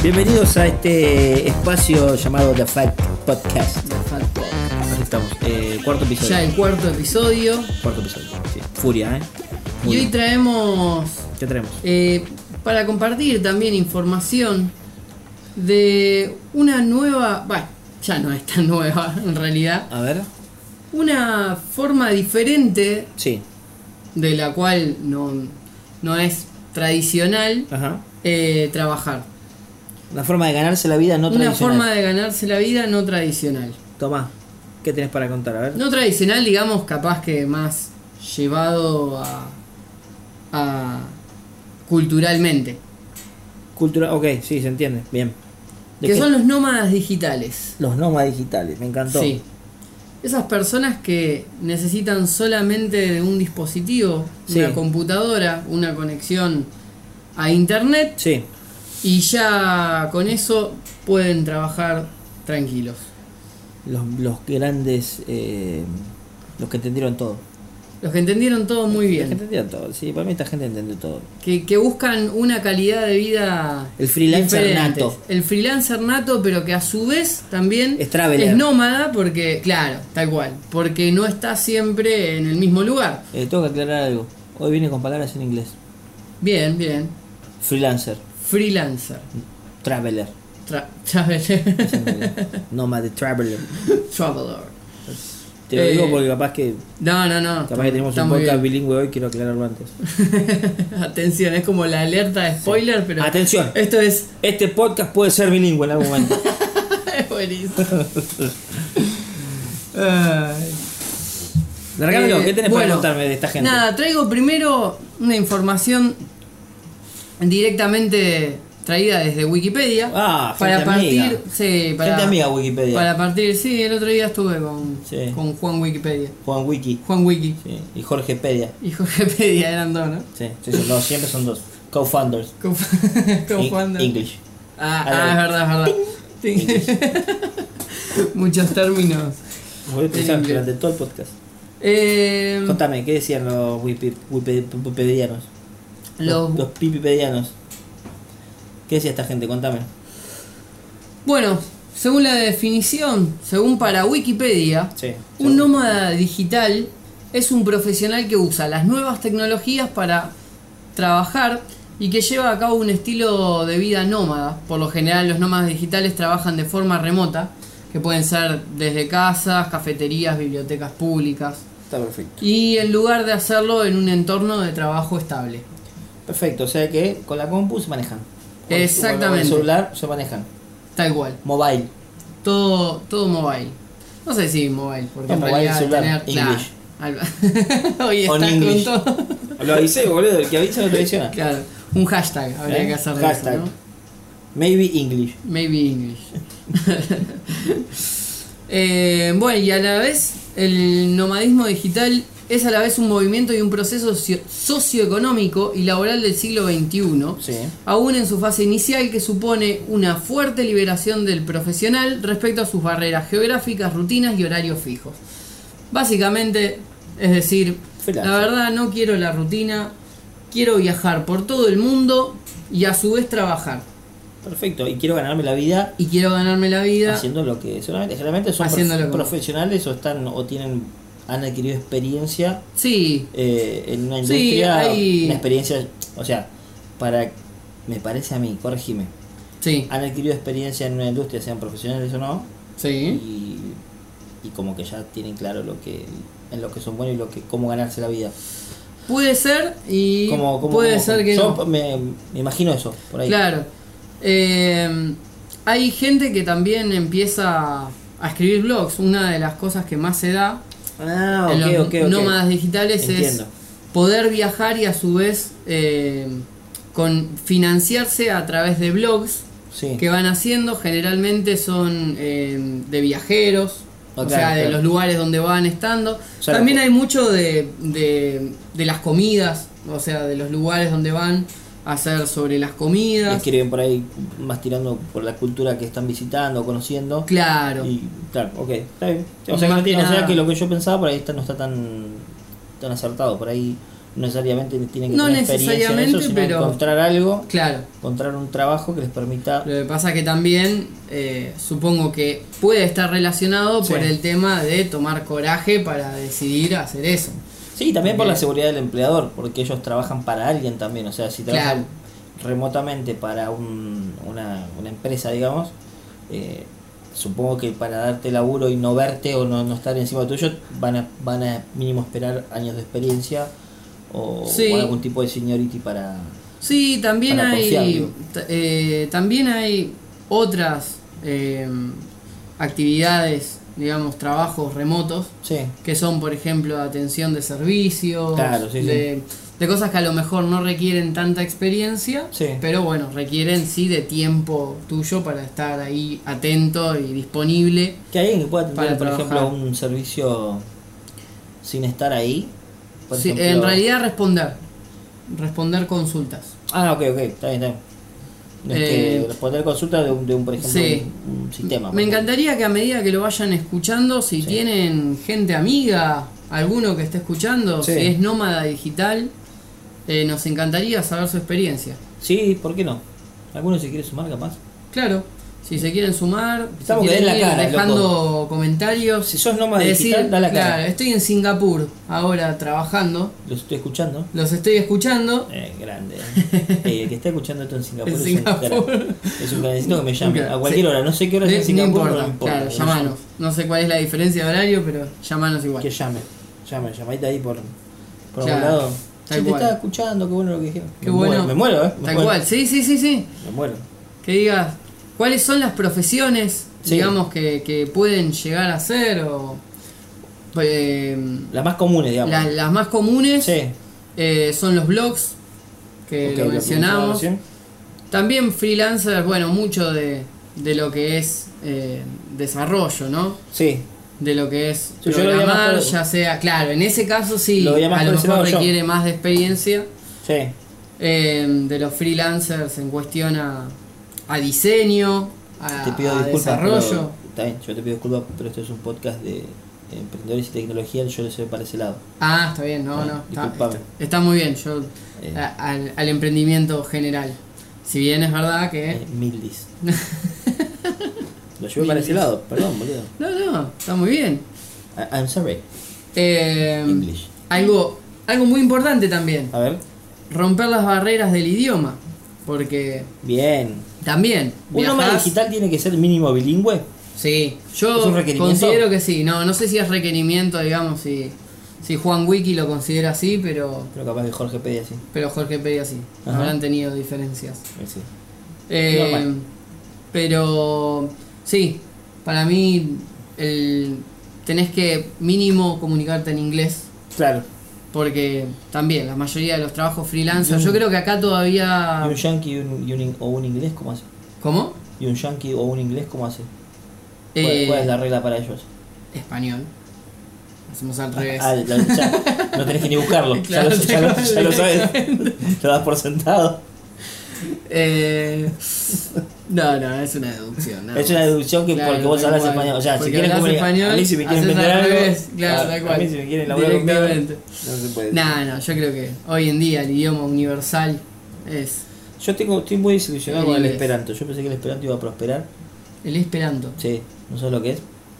Bienvenidos a este espacio llamado The Fact Podcast. The Fact Podcast. Aquí estamos, cuarto episodio. Ya el cuarto episodio. Cuarto episodio, sí. Furia, Y hoy traemos... ¿Qué traemos? Para compartir también información de una nueva... Bueno, ya no es tan nueva en realidad. A ver. Una forma diferente Sí. de la cual no es tradicional trabajar. Una forma de ganarse la vida no Una tradicional. forma de ganarse la vida no tradicional. Tomá, ¿qué tenés para contar? A ver. No tradicional, digamos, capaz que más llevado a culturalmente. Cultura, ok, sí, se entiende. Bien. ¿De Que qué? son los nómadas digitales. Los nómadas digitales, me encantó. Sí. Esas personas que necesitan solamente de un dispositivo, Sí. una computadora, una conexión a internet, Sí. y ya con eso pueden trabajar tranquilos. Los grandes, los que entendieron todo. Los que entendieron todo muy Los que bien. entendieron todo, sí, para mí esta gente entendió todo. Que buscan una calidad de vida. El freelancer diferente. nato. El freelancer nato, pero que a su vez también Es traveler. es nómada, porque, claro, tal cual. Porque no está siempre en el mismo lugar. Tengo que aclarar algo. Hoy vine con palabras en inglés. Bien, bien. Freelancer, Freelancer. traveler, Traveler. nómade, traveler. Traveler. Te lo digo porque capaz que No. capaz que tenemos Está un muy podcast bien. bilingüe hoy, quiero aclararlo antes. Atención, es como la alerta de spoiler, pero. Atención. Esto es. Este podcast puede ser bilingüe en algún momento. Es buenísimo. Ay. Largámelo, ¿qué tenés para bueno, contarme de esta gente? Nada, traigo primero una información directamente traída desde Wikipedia. Gente amiga. Sí, Gente amiga Wikipedia. Para partir, sí, el otro día estuve Sí. con Juan Wikipedia. Juan Wiki. Juan Wiki Sí. Y Jorge Pedia. y Jorgepedia eran dos, ¿no? Sí, son dos, siempre son dos. Co-founders. Con Juan. English. Es verdad. Muchos términos. Voy a pensar inglés. durante todo el podcast. Contame, ¿qué decían los wikipedianos? Los pipipedianos. ¿Qué decía esta gente? Contame. Bueno, según la definición, según para Wikipedia, Sí. un nómada digital es un profesional que usa las nuevas tecnologías para trabajar y que lleva a cabo un estilo de vida nómada. Por lo general, los nómadas digitales trabajan de forma remota, que pueden ser desde casas, cafeterías, bibliotecas públicas, Está perfecto. y en lugar de hacerlo en un entorno de trabajo estable. Perfecto, o sea que con la compu se manejan. Exactamente. Con el celular se manejan. Tal cual. Mobile. Todo mobile. No sé si mobile, porque No, en mobile, realidad celular, English. Hoy On estás English. con todo. Lo avisé, boludo, el que avisa no traiciona. Claro, un hashtag habría que hacer de Hashtag. eso, ¿no? Maybe English. Maybe English. Bueno, y a la vez el nomadismo digital es a la vez un movimiento y un proceso socioeconómico y laboral del siglo XXI, Sí. aún en su fase inicial, que supone una fuerte liberación del profesional respecto a sus barreras geográficas, rutinas y horarios fijos. Básicamente, es decir, Freelancer. la verdad no quiero la rutina, quiero viajar por todo el mundo y a su vez trabajar. Perfecto, y quiero ganarme la vida Y quiero ganarme la vida. haciendo lo que generalmente son Haciendo lo que- profesionales han adquirido experiencia Sí, en una Sí, industria, hay- una experiencia, o sea, me parece a mí, corregime, sí, han adquirido experiencia en una industria, sean profesionales o no, sí. y como que ya tienen claro en lo que son buenos y cómo ganarse la vida. Puede ser y ¿Cómo- puede ser que yo no. me imagino eso, por ahí. Claro. Hay gente que también empieza a escribir blogs. Una de las cosas que más se da Ah, en los ok. nómadas digitales Entiendo. es poder viajar y a su vez financiarse a través de blogs Sí. que van haciendo. Generalmente son de viajeros, Ok, o sea, de claro. los lugares donde van estando. O sea, También hay mucho de las comidas, o sea, de los lugares donde van a hacer sobre las comidas. Escriben por ahí más tirando por la cultura que están visitando o conociendo. Claro. Y claro, ok, está bien. O Más sea, que o sea nada. que lo que yo pensaba por ahí no está tan acertado. Por ahí no necesariamente tienen que no tener experiencia en eso, sino pero encontrar algo, claro, encontrar un trabajo que les permita. Lo que pasa que también supongo que puede estar relacionado por el tema de tomar coraje para decidir hacer eso. Sí, también por la seguridad del empleador, porque ellos trabajan para alguien también, o sea, si trabajan remotamente para una empresa, digamos, supongo que para darte laburo y no verte o no estar encima tuyo, van a mínimo esperar años de experiencia o algún tipo de seniority para. Sí, también también hay otras actividades, digamos, trabajos remotos, que son, por ejemplo, atención de servicios, de cosas que a lo mejor no requieren tanta experiencia, pero bueno, requieren de tiempo tuyo para estar ahí atento y disponible. Que alguien que pueda tener, por ejemplo, un servicio sin estar ahí. Por ejemplo, en realidad responder consultas. Ah, ok, está bien. Responder consultas de un, por ejemplo, un sistema. Me encantaría que a medida que lo vayan escuchando, si tienen gente amiga, alguno que esté escuchando, si es nómada digital, nos encantaría saber su experiencia. Sí, ¿por qué no? ¿Alguno se quiere sumar capaz? Claro, si se quieren sumar, estamos si quieren la cara, dejando comentarios. Si sos nómada digital, da la cara. Claro, estoy en Singapur ahora trabajando. ¿Los estoy escuchando? Los estoy escuchando. Grande. El que está escuchando esto en Singapur, es un necesito que me llame a cualquier hora. No sé qué hora es en Singapur, no importa. Claro, llamanos. No sé cuál es la diferencia de horario, pero llamanos igual. Que llamadita ahí por algún lado. Si te estaba escuchando, qué bueno lo que dijeron. Qué bueno. Me muero, Tal cual, sí. Me muero. Que digas, ¿cuáles son las profesiones, digamos, que pueden llegar a ser? O las más comunes, digamos. Las más comunes son los blogs, que lo mencionamos. También freelancers, bueno, mucho de lo que es desarrollo, ¿no? Sí. De lo que es programar, ya sea, claro, en ese caso sí, a lo mejor requiere más de experiencia. Sí. De los freelancers en cuestión a diseño, a desarrollo. Está bien, yo te pido disculpas, pero esto es un podcast de emprendedores y tecnología, yo le soy para ese lado. Ah, está bien, no. Está muy bien, yo al emprendimiento general. Si bien es verdad que... Mildis. Lo llevo para ese lado, perdón, boludo. No, está muy bien. I'm sorry. English. Algo muy importante también. A ver. Romper las barreras del idioma. Porque... Bien. También. ¿Un nómada digital tiene que ser mínimo bilingüe? Sí, yo considero que sí. No sé si es requerimiento, digamos, si Juan Wiki lo considera así, pero... Pero capaz que Jorge pedía así. Pero Jorge pedía así. Habrán tenido diferencias. Sí. Pero... Sí, para mí tenés que mínimo comunicarte en inglés. Claro. Porque también la mayoría de los trabajos freelancers, yo creo que acá todavía... ¿Y un yankee o un inglés cómo hace? ¿Cómo? ¿Y un yankee o un inglés cómo hace? ¿Cuál es la regla para ellos? Español. Hacemos al revés. Ya, no tenés que ni buscarlo. Claro, ya lo sabes. Lo das por sentado. No, es una deducción. Es una deducción que porque vos hablas español. O sea, si quieren español, a mí si me quieren vender algo, a mí si me quieren laburar conmigo, no se puede. No, yo creo que hoy en día el idioma universal es... Yo estoy muy desilusionado con el Esperanto. Yo pensé que el Esperanto iba a prosperar. ¿El Esperanto? Sí, ¿no sabes lo que es?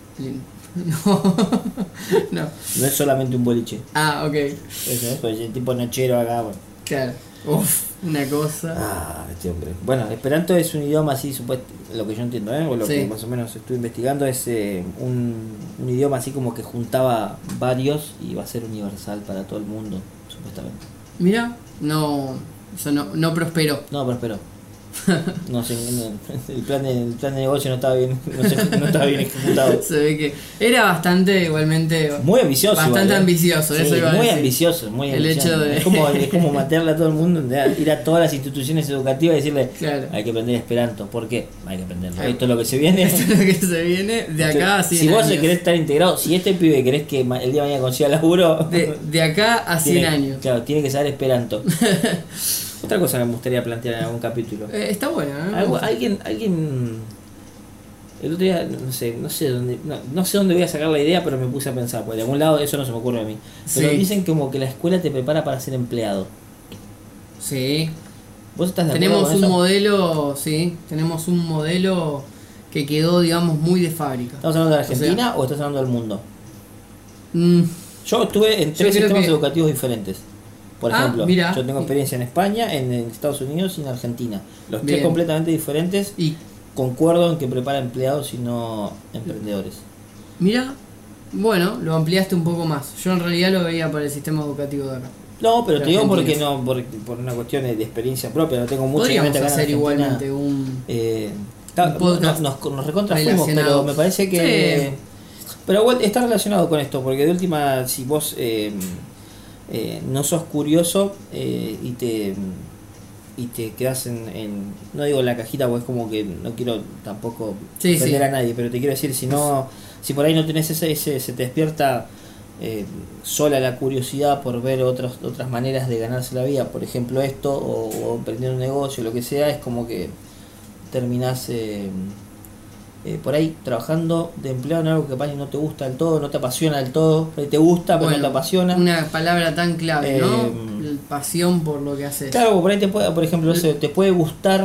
No es solamente un boliche. Ah, ok. Eso es, pues el tipo nachero acá, bueno. Claro. Una cosa. Este hombre. Bueno, el Esperanto es un idioma así, lo que yo entiendo, o lo que más o menos estuve investigando, es un idioma así como que juntaba varios y va a ser universal para todo el mundo, supuestamente. Mira, eso no prosperó. No prosperó. No sé, el plan de negocio no estaba bien, no estaba bien ejecutado. Se ve que era bastante igualmente muy ambicioso. Bastante ambicioso, sí, eso iba a decir. Ambicioso, muy el ambicioso. Hecho de... es como matarle a todo el mundo, ir a todas las instituciones educativas y decirle, claro, hay que aprender Esperanto. ¿Por qué? Hay que aprenderlo. Esto es lo que se viene. Esto es lo que se viene de acá a 100 Si vos años. querés estar integrado, si este pibe querés que el día de mañana consiga laburo, de acá a 100 años. Claro, tiene que saber Esperanto. Otra cosa que me gustaría plantear en algún capítulo. Está buena, ¿eh? Alguien el otro día, no sé dónde voy a sacar la idea, pero me puse a pensar, porque de algún lado eso no se me ocurre a mí. Pero Sí. dicen como que la escuela te prepara para ser empleado. Sí. ¿Vos estás de acuerdo Tenemos con un eso? modelo, sí, tenemos un modelo que quedó, digamos, muy de fábrica. ¿Estamos hablando de O sea, Argentina o estás hablando del mundo? mm, Yo estuve en Yo 3 creo sistemas que- educativos diferentes. Por Ah, ejemplo, mira. yo tengo experiencia en España, en Estados Unidos y en Argentina. Los tres Bien. completamente diferentes. y Concuerdo en que prepara empleados y no emprendedores. mira, bueno, lo ampliaste un poco más. Yo en realidad lo veía para el sistema educativo de acá. No, pero De te digo porque Argentina. no, por una cuestión de experiencia propia. No tengo mucha Podríamos gente acá en hacer Argentina. igualmente un... Claro, podcast nos recontra fuimos, relacionado. pero me parece que. Sí. Pero igual está relacionado con esto, porque de última, si vos no sos curioso y te quedas no digo en la cajita, porque es como que no quiero tampoco Sí, ofender sí. a nadie, pero te quiero decir, si por ahí no tenés ese se te despierta sola la curiosidad por ver otras maneras de ganarse la vida, por ejemplo esto, o emprender un negocio, lo que sea, es como que terminás por ahí trabajando de empleado en algo que capaz no te gusta del todo, no te apasiona del todo, por ahí te gusta pero no te apasiona. Una palabra tan clave, ¿no? Eh, Pasión por lo que haces. Claro, por ahí te puede, por ejemplo, no sé, te puede gustar,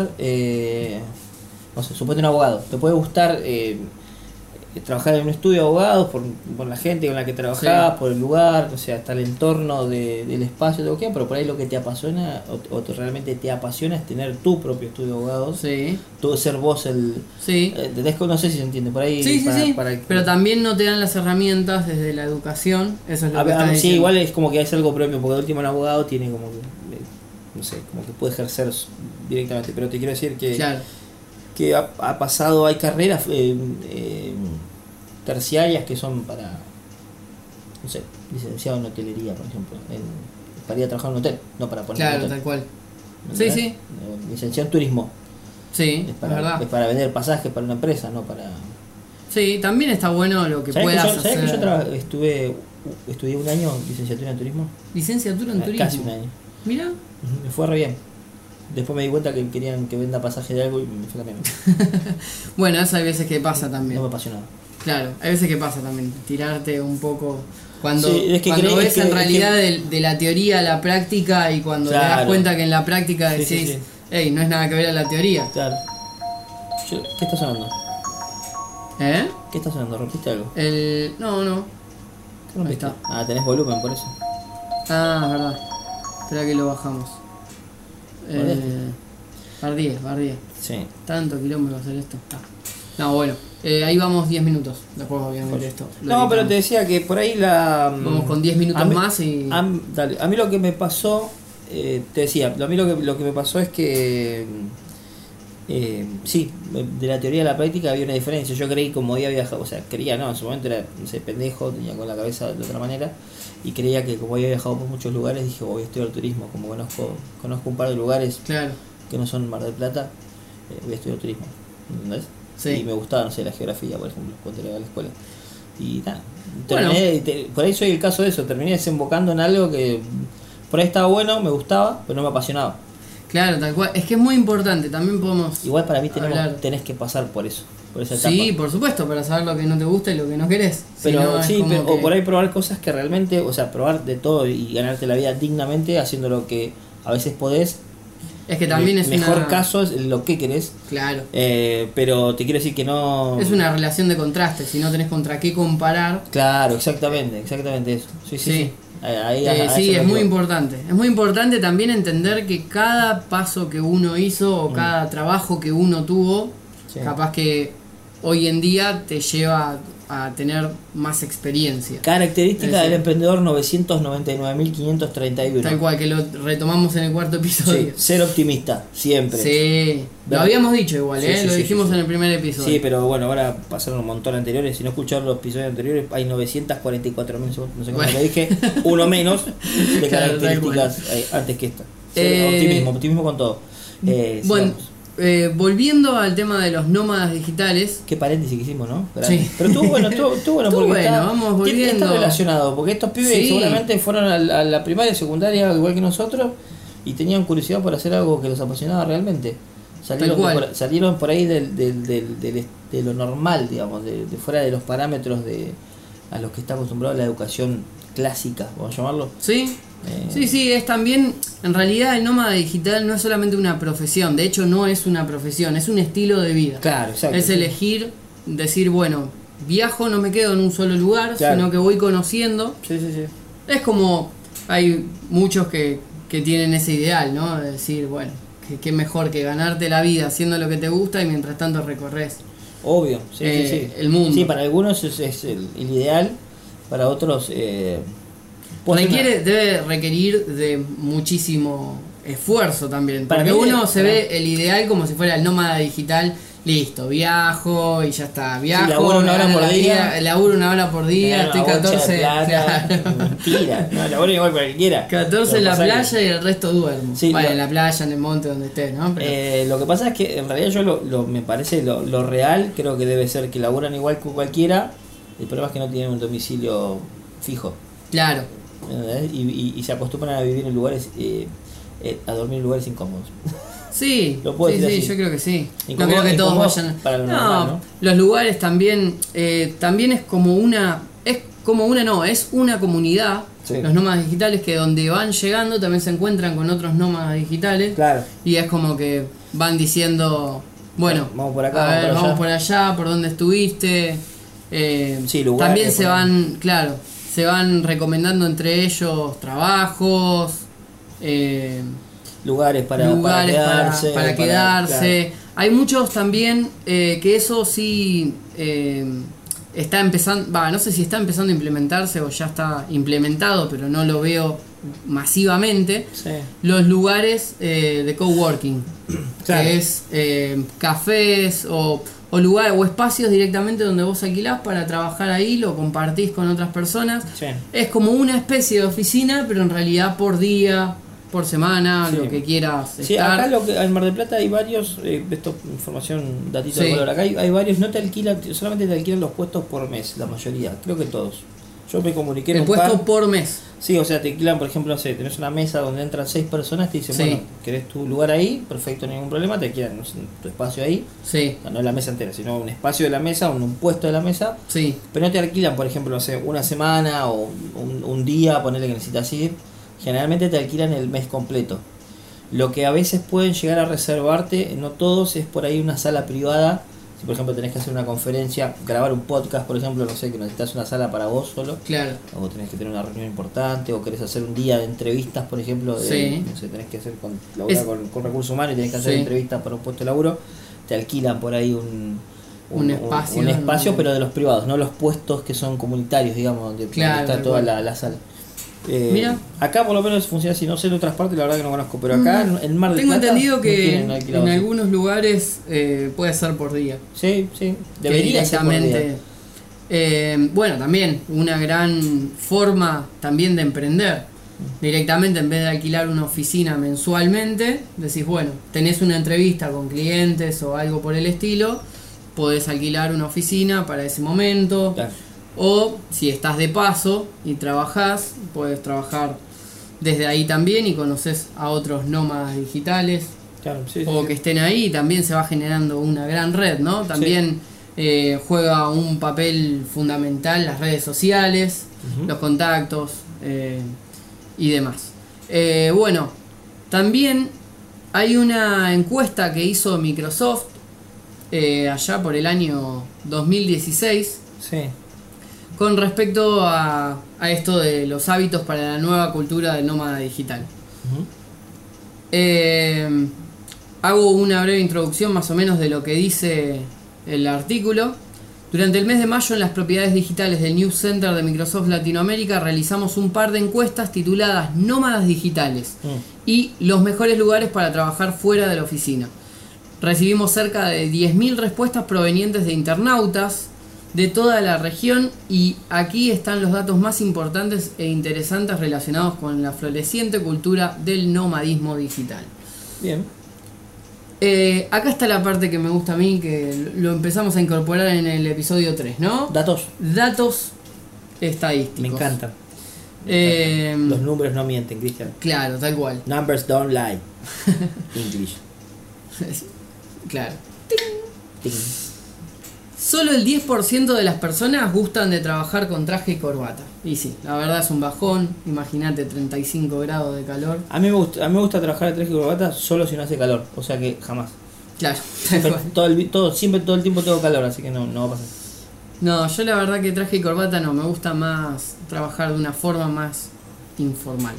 no sé, suponete un abogado, te puede gustar trabajar en un estudio de abogados por la gente con la que trabajás, Sí. por el lugar, o sea, hasta el entorno del espacio, todo lo que sea, pero por ahí lo que te apasiona realmente te apasiona es tener tu propio estudio de abogados, Sí, tú ser vos el... sí. no sé si se entiende, por ahí... Sí, sí, sí. para- Pero también no te dan las herramientas desde la educación. Eso es lo que estás sí, diciendo. igual es como que es algo propio, porque de último un abogado tiene como que, no sé, como que puede ejercer directamente, pero te quiero decir que... Claro. que ha pasado, hay carreras terciarias que son para, no sé, licenciado en hotelería, por ejemplo, para ir a trabajar en un hotel, no para poner un Claro, hotel. tal cual. ¿Me Sí, entendés? sí. Licenciado en turismo, Sí, es es verdad. es para vender pasajes para una empresa, no para... Sí, también está bueno lo que ¿Sabés puedas que yo, ¿sabés hacer. que yo estudié un año licenciatura en turismo? Licenciatura en turismo. Casi un año. Mira, Ujú, me fue re bien. Después me di cuenta que querían que venda pasajes de algo y me fue la mierda. bueno, eso hay veces que pasa también. No me apasionaba. Claro, hay veces que pasa también. Tirarte un poco. Cuando, Sí, es que cuando crees ves que- en es realidad de la teoría a la práctica y cuando te das Claro. cuenta que en la práctica Sí, decís, sí, sí. hey, no es nada que ver a la teoría. Claro. ¿Qué está sonando? ¿Eh? ¿Qué está sonando? ¿Rompiste algo? No, no. ¿Qué rompiste? Ahí Ah, tenés volumen por eso. Ah, es verdad. Espera que lo bajamos. Bardié. Sí. Tanto quilombo va a hacer esto. No, bueno. Ahí vamos 10 minutos. Después obviamente esto. lo No, pero editamos. te decía que por ahí la... Vamos con 10 minutos a mí- más y... Dale, a mí lo que me pasó, te decía, a mí lo que me pasó es que... sí, de la teoría a la práctica había una diferencia. Yo creí como había viajado, o sea, creía, no, en su momento era, no sé, pendejo, tenía con la cabeza de otra manera, y creía que como había viajado por muchos lugares, dije, voy a estudiar turismo, como conozco un par de lugares Claro. que no son Mar del Plata, voy a estudiar turismo, ¿entendés? Sí. Y me gustaba, no sé, la geografía, por ejemplo, cuando iba a la escuela. Y nada, Bueno. por ahí soy el caso de eso, terminé desembocando en algo que por ahí estaba bueno, me gustaba, pero no me apasionaba. Claro, tal cual. Es que es muy importante. También podemos... Igual para mí hablar. tenés que pasar por eso, por esa etapa. Sí, por supuesto, para saber lo que no te gusta y lo que no querés. Pero Si no, es sí, como o que- por ahí probar cosas que realmente, o sea, probar de todo y ganarte la vida dignamente haciendo lo que a veces podés. Es que también es mejor una... caso es lo que querés, Claro. pero te quiero decir que no... Es una relación de contraste. Si no tenés contra qué comparar... Claro, exactamente eso. Sí, sí, Sí. sí. Ahí, sí, eso es lo muy digo. importante. Es muy importante también entender que cada paso que uno hizo o cada trabajo que uno tuvo, Sí. capaz que hoy en día te lleva a tener más experiencia. Característica Es del decir, emprendedor 999.531. Tal cual, que lo retomamos en el cuarto Sí, episodio. ser optimista, siempre. Sí, lo Ver- habíamos dicho igual, Sí, ¿eh? sí, Lo sí, dijimos sí, sí. en el primer episodio. Sí, pero bueno, ahora pasaron un montón anteriores. Si no escucharon los episodios anteriores, hay 944.000, no sé cómo Bueno. lo dije, uno menos de Claro, tal características antes que esta. Sí, optimismo con todo. Bueno, sigamos. volviendo al tema de los nómadas digitales, Qué paréntesis que hicimos, ¿no? Sí. Pero estuvo bueno, estuvo bueno Estuvo porque bueno, vamos volviendo. está relacionado, porque estos pibes Sí. seguramente fueron a la primaria, secundaria, igual que nosotros, y tenían curiosidad por hacer algo que los apasionaba realmente. Tal cual. Salieron por ahí de lo normal, digamos, de fuera de los parámetros a los que está acostumbrado la educación clásica, vamos a llamarlo. Sí. Sí, es también, en realidad el nómada digital no es solamente una profesión, de hecho no es una profesión, es un estilo de vida. Claro, exacto. Es elegir, decir, bueno, viajo, no me quedo en un solo lugar, sino que voy conociendo. Sí. Es como, hay muchos que tienen ese ideal, ¿no? De decir, bueno, qué mejor que ganarte la vida haciendo lo que te gusta y mientras tanto recorres. Obvio, sí. El mundo. Sí, para algunos es el ideal, para otros... debe requerir de muchísimo esfuerzo también, porque uno se ve el ideal como si fuera el nómada digital. Listo, viajo y ya está. Viajo, laburo una hora por día. Laburo una hora por día, estoy 14. Claro. Mentira, no, laburo igual cualquiera. 14 en la playa y el resto duermo. Sí, en la playa, en el monte, donde esté, ¿no? Pero... lo que pasa es que en realidad me parece lo real, creo que debe ser que laburan igual que cualquiera. El problema es que no tienen un domicilio fijo. Claro. Y se acostumbran a vivir en lugares, a dormir en lugares incómodos. Sí, ¿Lo puedo decir así? Yo creo que sí. Incómodo, no creo que todos vayan. Para lo normal, ¿no? Los lugares también es como una. Es una comunidad. Sí. Los nómadas digitales que donde van llegando también se encuentran con otros nómadas digitales. Claro. Y es como que van diciendo, bueno, vamos por acá, vamos por allá, por donde estuviste. Sí, lugares, también se van recomendando entre ellos trabajos. Lugares para quedarse. Claro. Hay muchos también que eso sí está empezando, no sé si está empezando a implementarse o ya está implementado, pero no lo veo masivamente. Sí. Los lugares de coworking, claro. Que es cafés o lugares o espacios directamente donde vos alquilás para trabajar ahí, lo compartís con otras personas. Sí. Es como una especie de oficina, pero en realidad por día, por semana, sí. Lo que quieras sí, estar. Acá en Mar del Plata hay varios, esto información, datito de color, acá hay varios, no te alquilan, solamente te alquilan los puestos por mes, la mayoría, creo que todos. Yo me comuniqué el puesto por mes. Sí, o sea, te alquilan, por ejemplo, no sé, tenés una mesa donde entran 6 personas, te dicen, sí. Bueno, querés tu lugar ahí, perfecto, ningún problema, te alquilan tu espacio ahí. Sí. No la mesa entera, sino un espacio de la mesa, un puesto de la mesa. Sí. Pero no te alquilan, por ejemplo, no sé, una semana o un día, ponerle que necesitas ir. Generalmente te alquilan el mes completo. Lo que a veces pueden llegar a reservarte, no todos, es por ahí una sala privada. Si por ejemplo tenés que hacer una conferencia, grabar un podcast, por ejemplo, no sé, que necesitas una sala para vos solo. Claro. O tenés que tener una reunión importante, o querés hacer un día de entrevistas, por ejemplo, no sé, tenés que hacer con recursos humanos y tenés que hacer entrevistas para un puesto de laburo, te alquilan por ahí un espacio, pero de los privados, no los puestos que son comunitarios, digamos, donde está toda la sala. Mira, acá por lo menos funciona así, no sé en otras partes, la verdad que no conozco, pero acá en Mar del Plata tengo entendido que en algunos lugares puede ser por día. Sí, debería ser por día. Bueno, también una gran forma también de emprender. Directamente, en vez de alquilar una oficina mensualmente, decís, bueno, tenés una entrevista con clientes o algo por el estilo, podés alquilar una oficina para ese momento. Claro. O si estás de paso y trabajás, puedes trabajar desde ahí también y conoces a otros nómadas digitales. Claro, o que estén ahí, también se va generando una gran red, ¿no? También juega un papel fundamental las redes sociales, los contactos y demás. Bueno, también hay una encuesta que hizo Microsoft allá por el año 2016. Sí. Con respecto a esto de los hábitos para la nueva cultura del nómada digital. Hago una breve introducción más o menos de lo que dice el artículo. Durante el mes de mayo en las propiedades digitales del News Center de Microsoft Latinoamérica realizamos un par de encuestas tituladas Nómadas Digitales y los mejores lugares para trabajar fuera de la oficina. Recibimos cerca de 10.000 respuestas provenientes de internautas de toda la región y aquí están los datos más importantes e interesantes relacionados con la floreciente cultura del nomadismo digital. Bien. Acá está la parte que me gusta a mí, que lo empezamos a incorporar en el episodio 3, ¿no? Datos estadísticos. Me encantan. Los números no mienten, Cristian. Claro, tal cual. Numbers don't lie. English. Claro. Ting. Solo el 10% de las personas gustan de trabajar con traje y corbata. Y sí, la verdad es un bajón. Imagínate 35 grados de calor. A mí me gusta trabajar de traje y corbata solo si no hace calor. O sea que jamás. Claro. Siempre todo el tiempo tengo calor, así que no va a pasar. No, yo la verdad que traje y corbata no. Me gusta más trabajar de una forma más informal.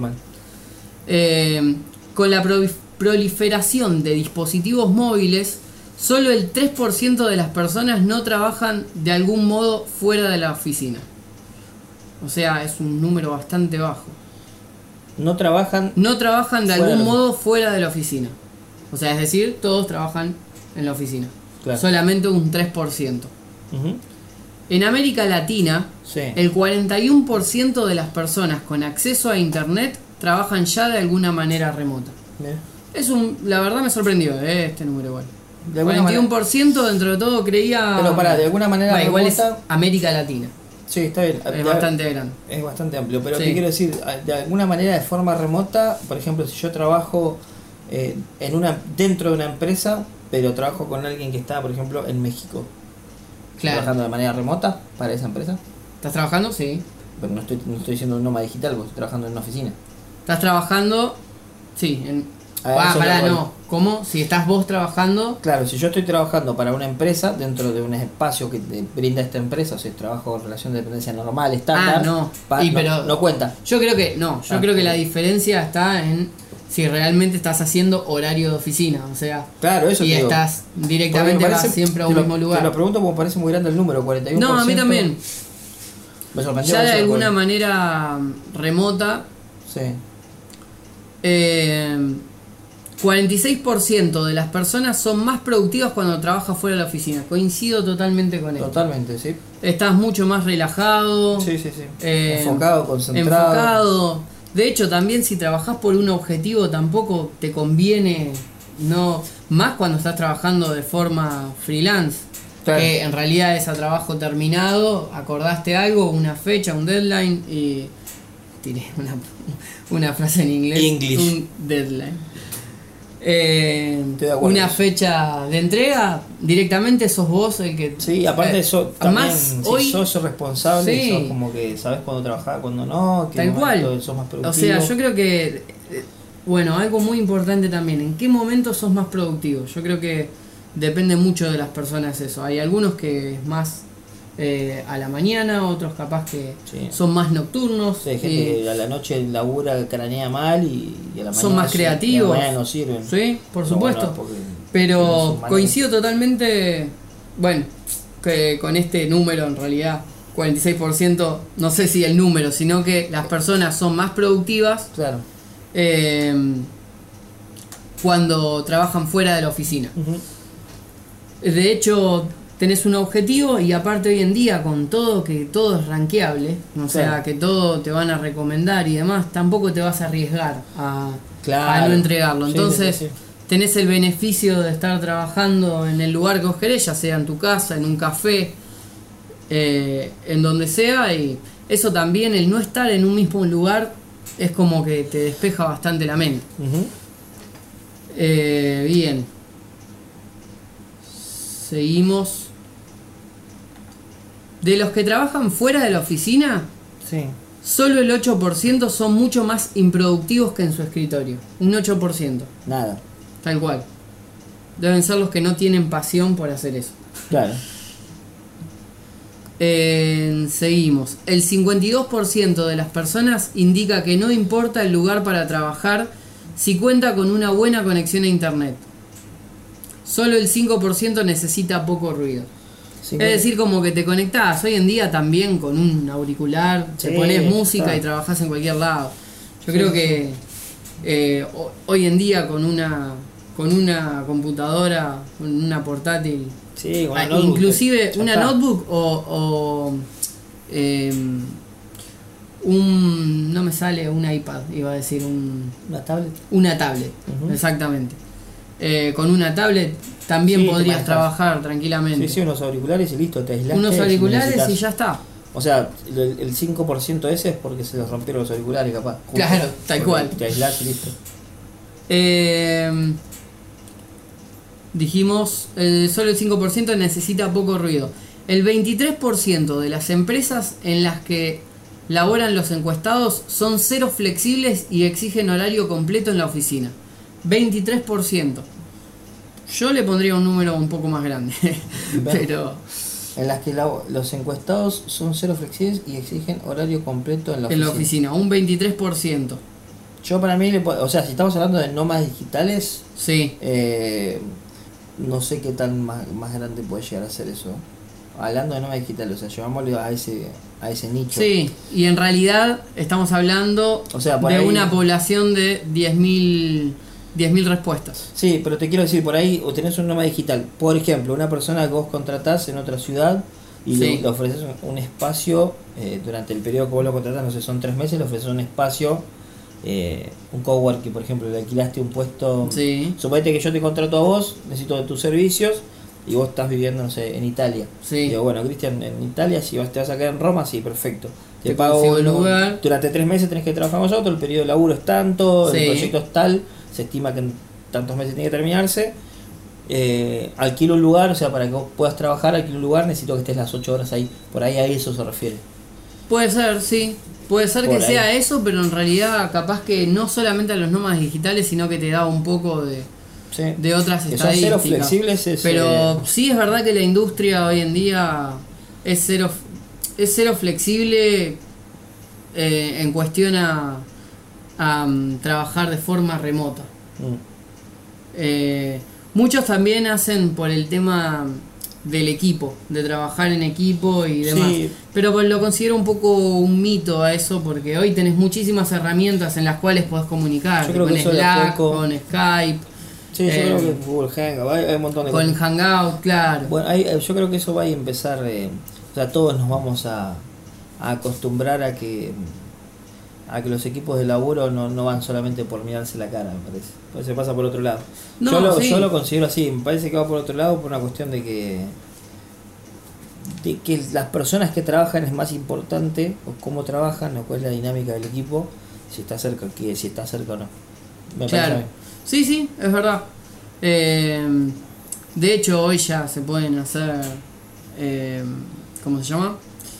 Con la proliferación de dispositivos móviles, solo el 3% de las personas no trabajan de algún modo fuera de la oficina. O sea, es un número bastante bajo. No trabajan de algún modo fuera de la oficina. O sea, es decir, todos trabajan en la oficina. Claro. Solamente un 3%. Uh-huh. En América Latina, sí. El 41% de las personas con acceso a internet trabajan ya de alguna manera remota. Bien. La verdad me sorprendió este número igual. De 41% dentro de todo creía... Pero de alguna manera remota... Igual es América Latina. Sí, está bien. Es bastante grande. Es bastante amplio, pero sí. Te quiero decir, de alguna manera de forma remota, por ejemplo, si yo trabajo dentro de una empresa, pero trabajo con alguien que está, por ejemplo, en México. Claro. Trabajando de manera remota para esa empresa. ¿Estás trabajando? Sí. Pero no estoy siendo un nómada digital, porque estoy trabajando en una oficina. ¿Estás trabajando? Sí. No. ¿Cómo? Si estás vos trabajando... Claro, si yo estoy trabajando para una empresa, dentro de un espacio que te brinda esta empresa, o sea, trabajo en relación de dependencia normal, estándar... pero no cuenta. Yo creo que creo que la diferencia está en si realmente estás haciendo horario de oficina, o sea... Claro, eso y estás directamente vas siempre a un mismo lugar. Te lo pregunto porque me parece muy grande el número, 41%. No, a mí también. Me sorprendió. Ya de alguna manera remota... Sí. 46% de las personas son más productivas cuando trabajas fuera de la oficina. Coincido totalmente con esto. Totalmente, sí. Estás mucho más relajado. Sí. Enfocado, concentrado. De hecho, también si trabajás por un objetivo tampoco te conviene, no más cuando estás trabajando de forma freelance. Claro. Que en realidad es a trabajo terminado, acordaste algo, una fecha, un deadline y... Tiré una frase en inglés. English. Un deadline. Una fecha de entrega, directamente sos vos el que... Sí, aparte eso también, hoy, sos responsable, sí. Sos como que sabes cuándo trabajar, cuándo no, que tal cual. Sos más productivo. O sea, yo creo que, algo muy importante también, ¿en qué momento sos más productivo? Yo creo que depende mucho de las personas eso. Hay algunos que es más a la mañana, otros capaz que son más nocturnos. Sí, hay gente que a la noche labura, cranea mal y a la mañana son más creativos. Y a la mañana no sirven. Sí, por supuesto. Pero coincido totalmente, que con este número en realidad, 46%, no sé si el número, sino que las personas son más productivas. Claro. Cuando trabajan fuera de la oficina. Uh-huh. De hecho, tenés un objetivo y aparte hoy en día con todo, que todo es rankeable, o sea, que todo te van a recomendar y demás, tampoco te vas a arriesgar a no entregarlo. Entonces tenés el beneficio de estar trabajando en el lugar que vos querés, ya sea en tu casa, en un café, en donde sea, y eso también, el no estar en un mismo lugar, es como que te despeja bastante la mente. Uh-huh. Bien. Seguimos. De los que trabajan fuera de la oficina, solo el 8% son mucho más improductivos que en su escritorio. Un 8%. Nada. Tal cual. Deben ser los que no tienen pasión por hacer eso. Claro. Seguimos. El 52% de las personas indica que no importa el lugar para trabajar si cuenta con una buena conexión a internet. Solo el 5% necesita poco ruido. Es decir, como que te conectás hoy en día también con un auricular, te pones música y trabajás en cualquier lado. Yo creo que hoy en día con una computadora, con una portátil, una notebook, inclusive una notebook o no me sale un iPad, iba a decir una tablet. Una tablet, exactamente. Con una tablet también podrías trabajar tranquilamente. Sí, unos auriculares y listo, te aislaste. Unos auriculares y ya está. O sea, el 5% ese es porque se les rompieron los auriculares, capaz. Claro, tal cual. Te aislás y listo. dijimos, solo el 5% necesita poco ruido. El 23% de las empresas en las que laboran los encuestados son cero flexibles y exigen horario completo en la oficina. 23%. Yo le pondría un número un poco más grande. Pero en las que los encuestados son cero flexibles y exigen horario completo en la oficina. En la oficina, un 23%. Yo para mí, o sea, si estamos hablando de nómadas digitales, sí. No sé qué tan más grande puede llegar a ser eso. Hablando de nómadas digitales, o sea, llevámoslo a ese nicho. Sí, y en realidad estamos hablando, o sea, de una población de 10.000 respuestas. Sí, pero te quiero decir, por ahí o tenés un nómada digital. Por ejemplo, una persona que vos contratás en otra ciudad y le ofreces un espacio durante el periodo que vos lo contratás, no sé, son 3 meses, le ofreces un espacio, un coworking, por ejemplo, le alquilaste un puesto. Sí. Suponete que yo te contrato a vos, necesito de tus servicios y vos estás viviendo, no sé, en Italia. Sí. Digo, bueno, Cristian, en Italia, si te vas a quedar en Roma, sí, perfecto. Te pago el lugar. Durante 3 meses tenés que trabajar con nosotros, el periodo de laburo es tanto, el proyecto es tal, se estima que en tantos meses tiene que terminarse. Alquilo un lugar, o sea, para que vos puedas trabajar, alquilo un lugar, necesito que estés las 8 horas ahí. Por ahí a eso se refiere. Puede ser, sí. Puede ser por que ahí sea eso, pero en realidad capaz que no solamente a los nómadas digitales, sino que te da un poco de otras que estadísticas. Son cero flexibles, pero sí es verdad que la industria hoy en día es cero flexible en cuestión a trabajar de forma remota. Muchos también hacen por el tema del equipo, de trabajar en equipo y demás. Sí. Pero pues lo considero un poco un mito a eso, porque hoy tenés muchísimas herramientas en las cuales podés comunicarte, con Slack, con Skype. Sí, yo creo que Google Hangout, hay un montón de cosas. Con cosas. Hangout, claro. Bueno, yo creo que eso va a empezar, o sea, todos nos vamos a acostumbrar a que los equipos de laburo no van solamente por mirarse la cara, me parece. Se pasa por otro lado. Yo lo considero así, me parece que va por otro lado por una cuestión de que las personas que trabajan es más importante, o cómo trabajan, o cuál es la dinámica del equipo, si está cerca o no. Claro. Sí, es verdad. De hecho, hoy ya se pueden hacer, ¿cómo se llama?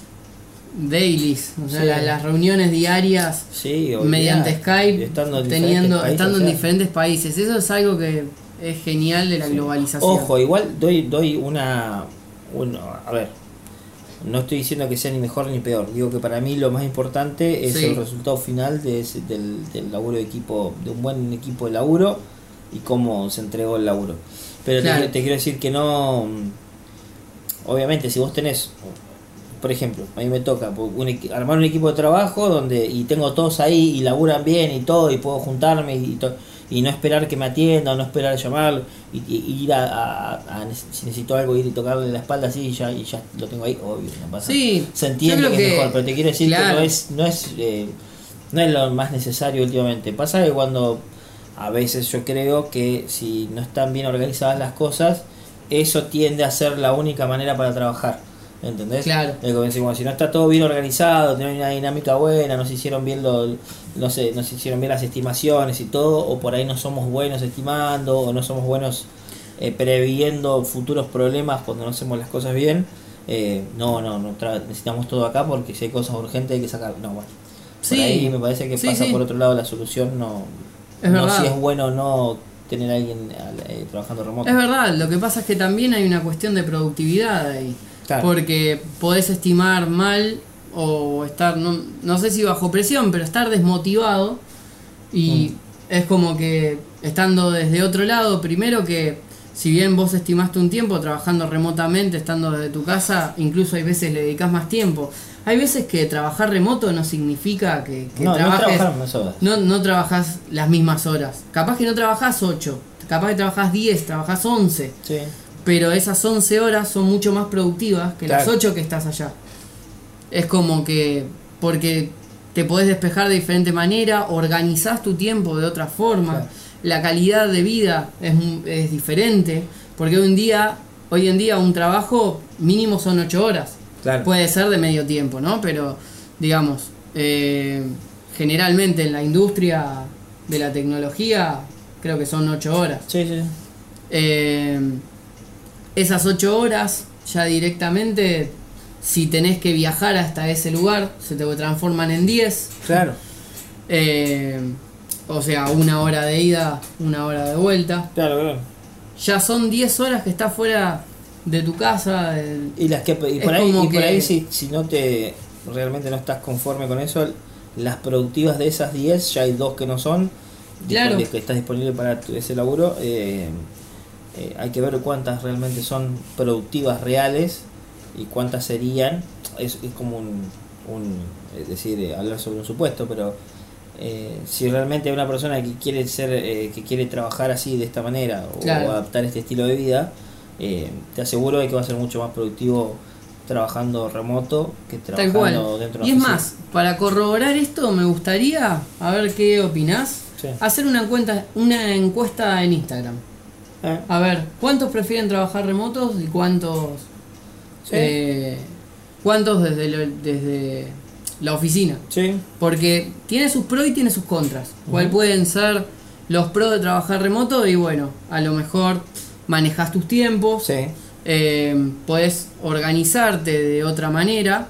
Dailies, o sea, las reuniones diarias mediante Skype, estando en diferentes países. Eso es algo que es genial de la globalización. Ojo, igual doy una a ver, no estoy diciendo que sea ni mejor ni peor, digo que para mí lo más importante es el resultado final del laburo de equipo, de un buen equipo de laburo y cómo se entregó el laburo. Pero claro, te quiero decir que no, obviamente si vos tenés, por ejemplo, a mí me toca armar un equipo de trabajo y tengo todos ahí y laburan bien y todo, y puedo juntarme y no esperar que me atiendan, no esperar a llamarlo, y ir si necesito algo, ir y tocarle la espalda así y ya lo tengo ahí, obvio, no pasa. Sí, se entiende que es mejor, pero te quiero decir que no es lo más necesario últimamente. Pasa que cuando a veces yo creo que si no están bien organizadas las cosas, eso tiende a ser la única manera para trabajar. ¿Entendés? Claro. Como si no está todo bien organizado, no hay una dinámica buena, no se hicieron bien no se hicieron bien las estimaciones y todo, o por ahí no somos buenos estimando, o no somos buenos previendo futuros problemas cuando no hacemos las cosas bien. Necesitamos todo acá porque si hay cosas urgentes hay que sacar. No, bueno. Por ahí me parece que pasa por otro lado la solución, si es bueno o no tener a alguien trabajando remoto. Es verdad, lo que pasa es que también hay una cuestión de productividad ahí. Claro. Porque podés estimar mal o estar, no sé si bajo presión, pero estar desmotivado y es como que estando desde otro lado, primero que si bien vos estimaste un tiempo trabajando remotamente, estando desde tu casa, incluso hay veces le dedicás más tiempo. Hay veces que trabajar remoto no significa que trabajes, no trabajás las mismas horas. Capaz que no trabajás 8, capaz que trabajás 10, trabajás 11. Sí. Pero esas 11 horas son mucho más productivas que las 8 que estás allá. Es como que porque te podés despejar de diferente manera, organizás tu tiempo de otra forma, claro. La calidad de vida es diferente, porque hoy en día un trabajo mínimo son 8 horas. Claro. Puede ser de medio tiempo, ¿no? Pero digamos, generalmente en la industria de la tecnología creo que son 8 horas. Sí. Esas 8 horas ya directamente, si tenés que viajar hasta ese lugar, se te transforman en 10. Claro. O sea, 1 hora de ida, 1 hora de vuelta. Claro. Ya son 10 horas que estás fuera de tu casa. Y por ahí si no te realmente no estás conforme con eso, las productivas de esas 10 ya hay 2 que no son. Claro. Que estás disponible para ese laburo. Hay que ver cuántas realmente son productivas reales y cuántas serían. Es como es decir, hablar sobre un supuesto, pero si realmente hay una persona que quiere que quiere trabajar así de esta manera o adaptar este estilo de vida, te aseguro de que va a ser mucho más productivo trabajando remoto que trabajando dentro de una oficina. Y es más, oficina. para corroborar esto me gustaría, a ver qué opinás, hacer una encuesta en Instagram. A ver, ¿cuántos prefieren trabajar remotos y cuántos desde la oficina? Sí. Porque tiene sus pros y tiene sus contras. ¿Cuál pueden ser los pros de trabajar remoto? Y bueno, a lo mejor manejas tus tiempos, podés organizarte de otra manera.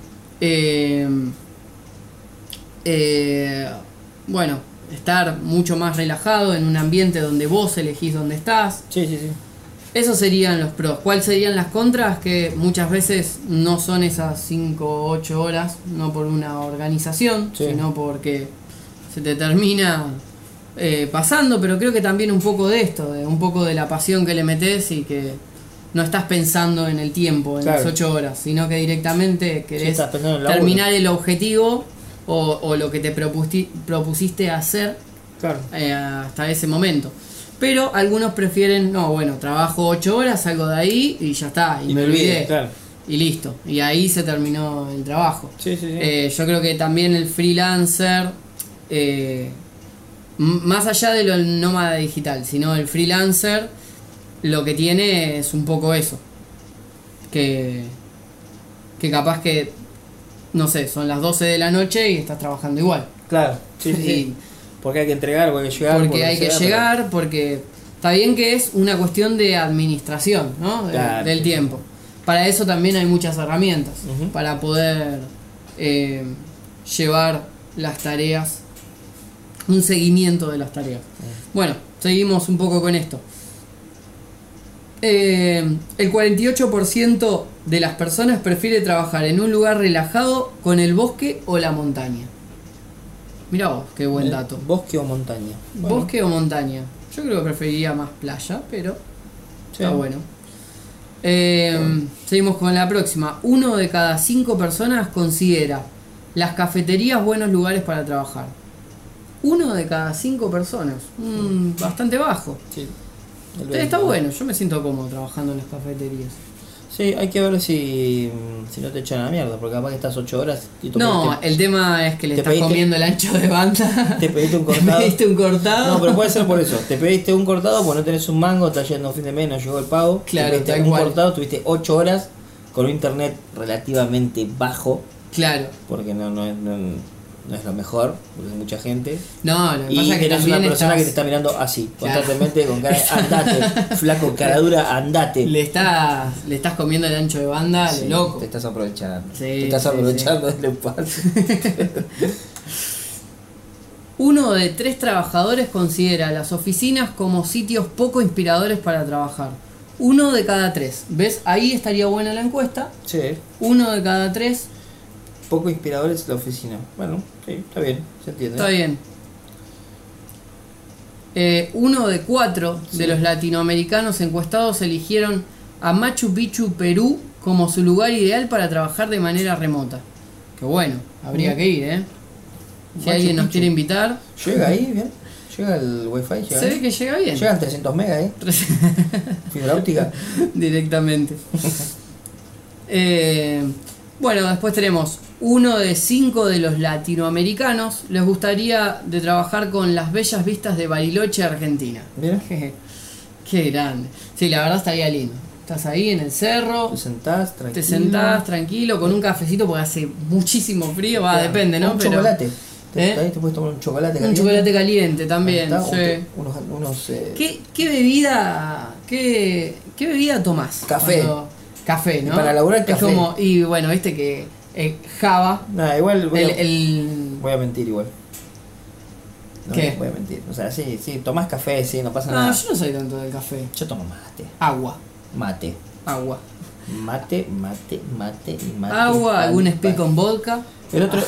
Bueno, estar mucho más relajado en un ambiente donde vos elegís dónde estás. Sí. Esos serían los pros. ¿Cuáles serían las contras? Que muchas veces no son esas 5 o 8 horas, no por una organización, sino porque se te termina pasando, pero creo que también un poco de esto, un poco de la pasión que le metés y que no estás pensando en el tiempo, en las 8 horas, sino que directamente querés terminar el objetivo o lo que te propusiste hacer hasta ese momento. Pero algunos prefieren, trabajo 8 horas, salgo de ahí y ya está, y me olvidé. Y listo, y ahí se terminó el trabajo. Yo creo que también el freelancer, más allá de lo del nómada digital, sino el freelancer, lo que tiene es un poco eso. Que capaz que, no sé, son las 12 de la noche y estás trabajando igual. Claro, sí. Porque hay que entregar, porque hay que llegar. Porque está bien que es una cuestión de administración, ¿no? Del tiempo. Para eso también hay muchas herramientas para poder llevar las tareas, un seguimiento de las tareas. Bueno, seguimos un poco con esto. El 48% de las personas prefiere trabajar en un lugar relajado con el bosque o la montaña. Mirá vos, qué buen dato. ¿Bosque o montaña? Bosque o montaña. Yo creo que preferiría más playa, pero está bueno. Seguimos con la próxima. 1 de cada 5 personas considera las cafeterías buenos lugares para trabajar. 1 de cada 5 personas. Bastante bajo. Sí. Está bueno, yo me siento cómodo trabajando en las cafeterías. Sí, hay que ver si no te echan a la mierda, porque capaz que estás 8 horas y el tema es que le estás comiendo el ancho de banda. Te pediste un cortado. ¿Te pediste un cortado? No, pero puede ser por eso. Te pediste un cortado porque no tenés un mango, estás yendo a fin de mes, no llegó el pago. Claro, te pediste un cortado, tuviste 8 horas con un internet relativamente bajo. Claro. Porque no es lo mejor, porque hay mucha gente. No, lo que pasa es que tenés una persona que te está mirando así, constantemente con cara, andate, flaco, cara dura, andate. Le estás comiendo el ancho de banda, loco. Te estás aprovechando. Te estás aprovechando del espacio. 1 de 3 trabajadores considera las oficinas como sitios poco inspiradores para trabajar. 1 de cada 3. ¿Ves? Ahí estaría buena la encuesta. Sí. 1 de cada 3. Poco inspiradores la oficina. Bueno, sí, está bien, se entiende. Está bien. 1 de 4 de los latinoamericanos encuestados eligieron a Machu Picchu, Perú, como su lugar ideal para trabajar de manera remota. Que bueno, habría que ir, ¿eh? Si Machu alguien nos Picchu quiere invitar. ¿Llega ahí bien? ¿Llega el wifi? Se ve que llega bien. Llegan 300 megas, ¿eh? Fibra óptica. Directamente. Bueno, después tenemos 1 de 5 de los latinoamericanos les gustaría de trabajar con las bellas vistas de Bariloche, Argentina. Mira. Qué grande. Sí, la verdad estaría lindo. Estás ahí en el cerro. Te sentás tranquilo con un cafecito porque hace muchísimo frío. Depende, ¿no? Un chocolate. Ahí te puedes tomar un chocolate caliente. Un chocolate caliente también. Está, Sí. unos ¿Qué bebida tomás? Café. Café, ¿no? Para elaborar es café. como, y bueno, viste que Java. Nada, igual voy el a mentir igual. No, ¿Qué? Voy a mentir. O sea, sí, tomás café, sí, no pasa No, nada. yo no soy tanto del café. Yo tomo mate. Agua. Mate. Agua. Mate. Agua, algún speed con vodka. El otro.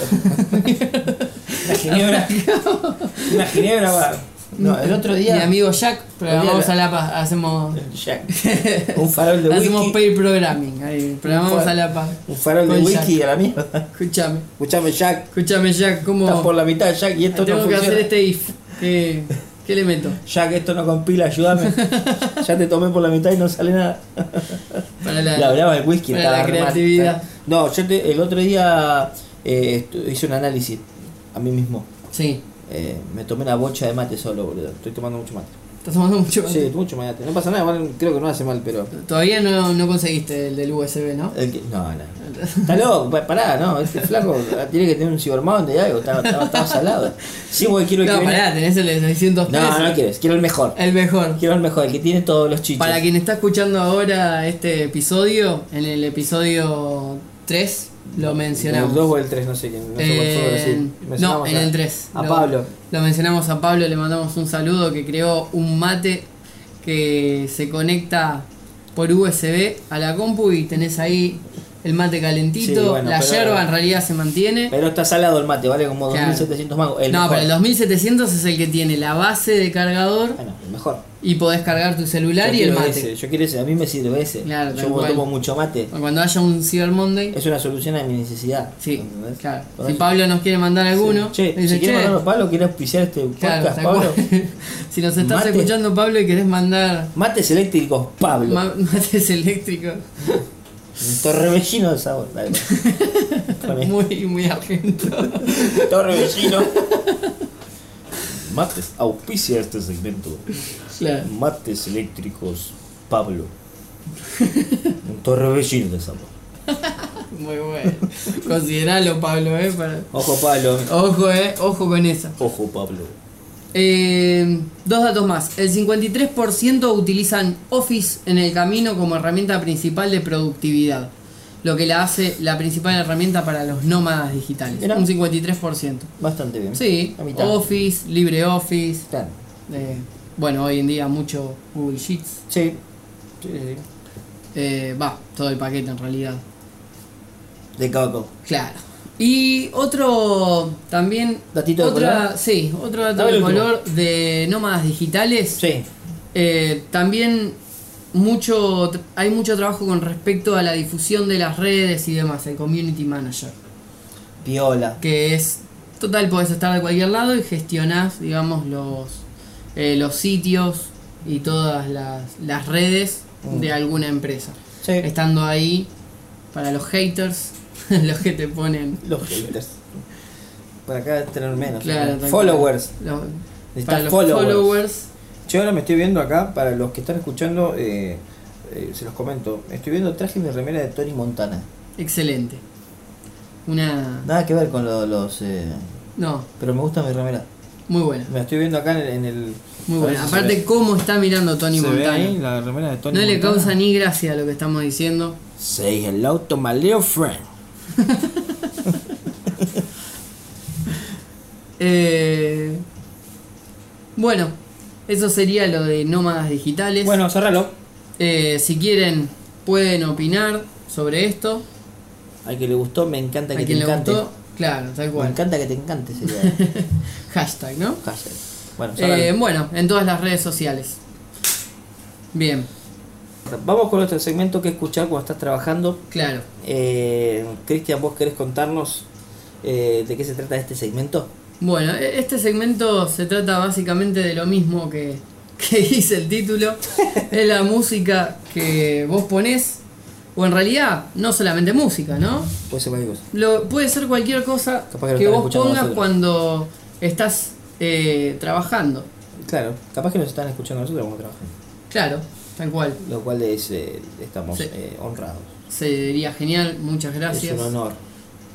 Una ginebra va. No, el otro día. Mi amigo Jack, programamos a la paz, hacemos. Jack. Un farol de whisky. Hacemos pair programming, ahí, programamos a la paz. Un farol de Con whisky Jack. a la mierda. Escuchame Jack. Jack, ¿cómo? Estás por la mitad, Jack, y esto tengo no que funciona. hacer este if. ¿Qué le meto? Jack, esto no compila, ayúdame. Ya te tomé por la mitad y no sale nada. Para La hablaba del whisky, para estaba la re mal. creatividad. No, el otro día hice un análisis a mí mismo. Sí. Me tomé una bocha de mate solo, boludo. Estoy tomando mucho mate. ¿Estás tomando mucho mate? Sí, mucho mate. No pasa nada, igual creo que no hace mal, pero. Todavía no conseguiste el del USB, ¿no? No. Está loco, pará, no. Este flaco tiene que tener un Cybermount de algo, estaba salado. Sí, porque quiero No, que. pará, tenés el de 603. No quieres, quiero el mejor. El mejor. Quiero el mejor, el que tiene todos los chichos. Para quien está escuchando ahora este episodio, en el episodio 3 lo mencionamos. El 2 o el 3, no sé quién. No sé cuál fue, sí. No, Mencionamos en el 3. A Pablo. Lo mencionamos a Pablo, le mandamos un saludo, que creó un mate que se conecta por USB a la compu y tenés ahí el mate calentito. Sí, bueno, la pero- yerba en realidad se mantiene. Pero está salado el mate, vale como Claro. 2700 mangos. El No, mejor. pero el 2700 es el que tiene la base de cargador Bueno, el mejor. y podés cargar tu celular Yo y el quiero mate. ese, yo quiero ese, a mí me sirve ese. Claro, tal Yo cual. tomo mucho mate. Cuando haya un Cyber Monday. Es una solución a mi necesidad. Sí, ¿entendés? claro. Con Si eso- Pablo nos quiere mandar alguno, Che, dice, si quiere mandarlo Pablo, quiere auspiciar este claro, podcast, tal Pablo. cual. Si nos estás Mate. escuchando, Pablo, y querés mandar Mates eléctricos, Pablo. mates eléctricos, Un torrevellino de sabor. Dale. Con esto. muy argento. Torrevellino. Mates auspicia este segmento. Claro. Mates eléctricos, Pablo. Un torrevellino de sabor. Muy bueno. Consideralo, Pablo, Ojo, Pablo. Ojo con esa. Ojo, Pablo. Dos datos más. El 53% utilizan Office en el camino como herramienta principal de productividad, lo que la hace la principal herramienta para los nómadas digitales. Mirá. Un 53%. Bastante bien. Sí, La mitad. Office, LibreOffice. Claro. Bueno, hoy en día mucho Google Sheets. Sí. Sí. Todo el paquete en realidad. De coco. Claro. Y otro también. ¿Datito de color? Sí, otro dato Dame de el último. color de nómadas digitales. Sí. También hay mucho trabajo con respecto a la difusión de las redes y demás, el Community Manager. Piola. Que es. Total, podés estar de cualquier lado y gestionás, digamos, los sitios y todas las redes de alguna empresa. Sí. Estando ahí para los haters, los que te ponen. Los haters. Por acá debe tener menos. Claro, ¿no? tal Followers. cual. Necesitas Para los followers. followers. Yo ahora me estoy viendo acá, para los que están escuchando, se los comento. Estoy viendo, traje mi remera de Tony Montana. Excelente. Una. Nada que ver con los. No, Pero me gusta mi remera. muy buena. Me la estoy viendo acá en el. Muy a ver buena. si Aparte, se ve. cómo está mirando Tony ¿Se ve Montana. ahí la remera de Tony No le Montana? causa ni gracia lo que estamos diciendo. Say hello to my little friend. Bueno, eso sería lo de nómadas digitales. Bueno, cerralo. Si quieren, pueden opinar sobre esto. Al que le gustó, me encanta A que te quien le encante. gustó, claro, tal Me cual. encanta que te encante, sería. Hashtag, ¿no? Hashtag. Bueno, cerralo. Bueno, en todas las redes sociales. Bien, Vamos con nuestro segmento que escuchar cuando estás trabajando. claro. Cristian, ¿vos querés contarnos de qué se trata este segmento? Bueno, este segmento se trata básicamente de lo mismo que dice el título. Es la música que vos ponés, o en realidad no solamente música, ¿no? Puede ser cualquier cosa. Puede ser cualquier cosa Capaz que lo que están vos escuchando pongas nosotros. cuando estás trabajando. Claro, capaz que nos están escuchando nosotros cuando trabajamos. Claro, tal cual. Lo cual es, estamos Sí. honrados. Se diría genial, muchas gracias. Es un honor.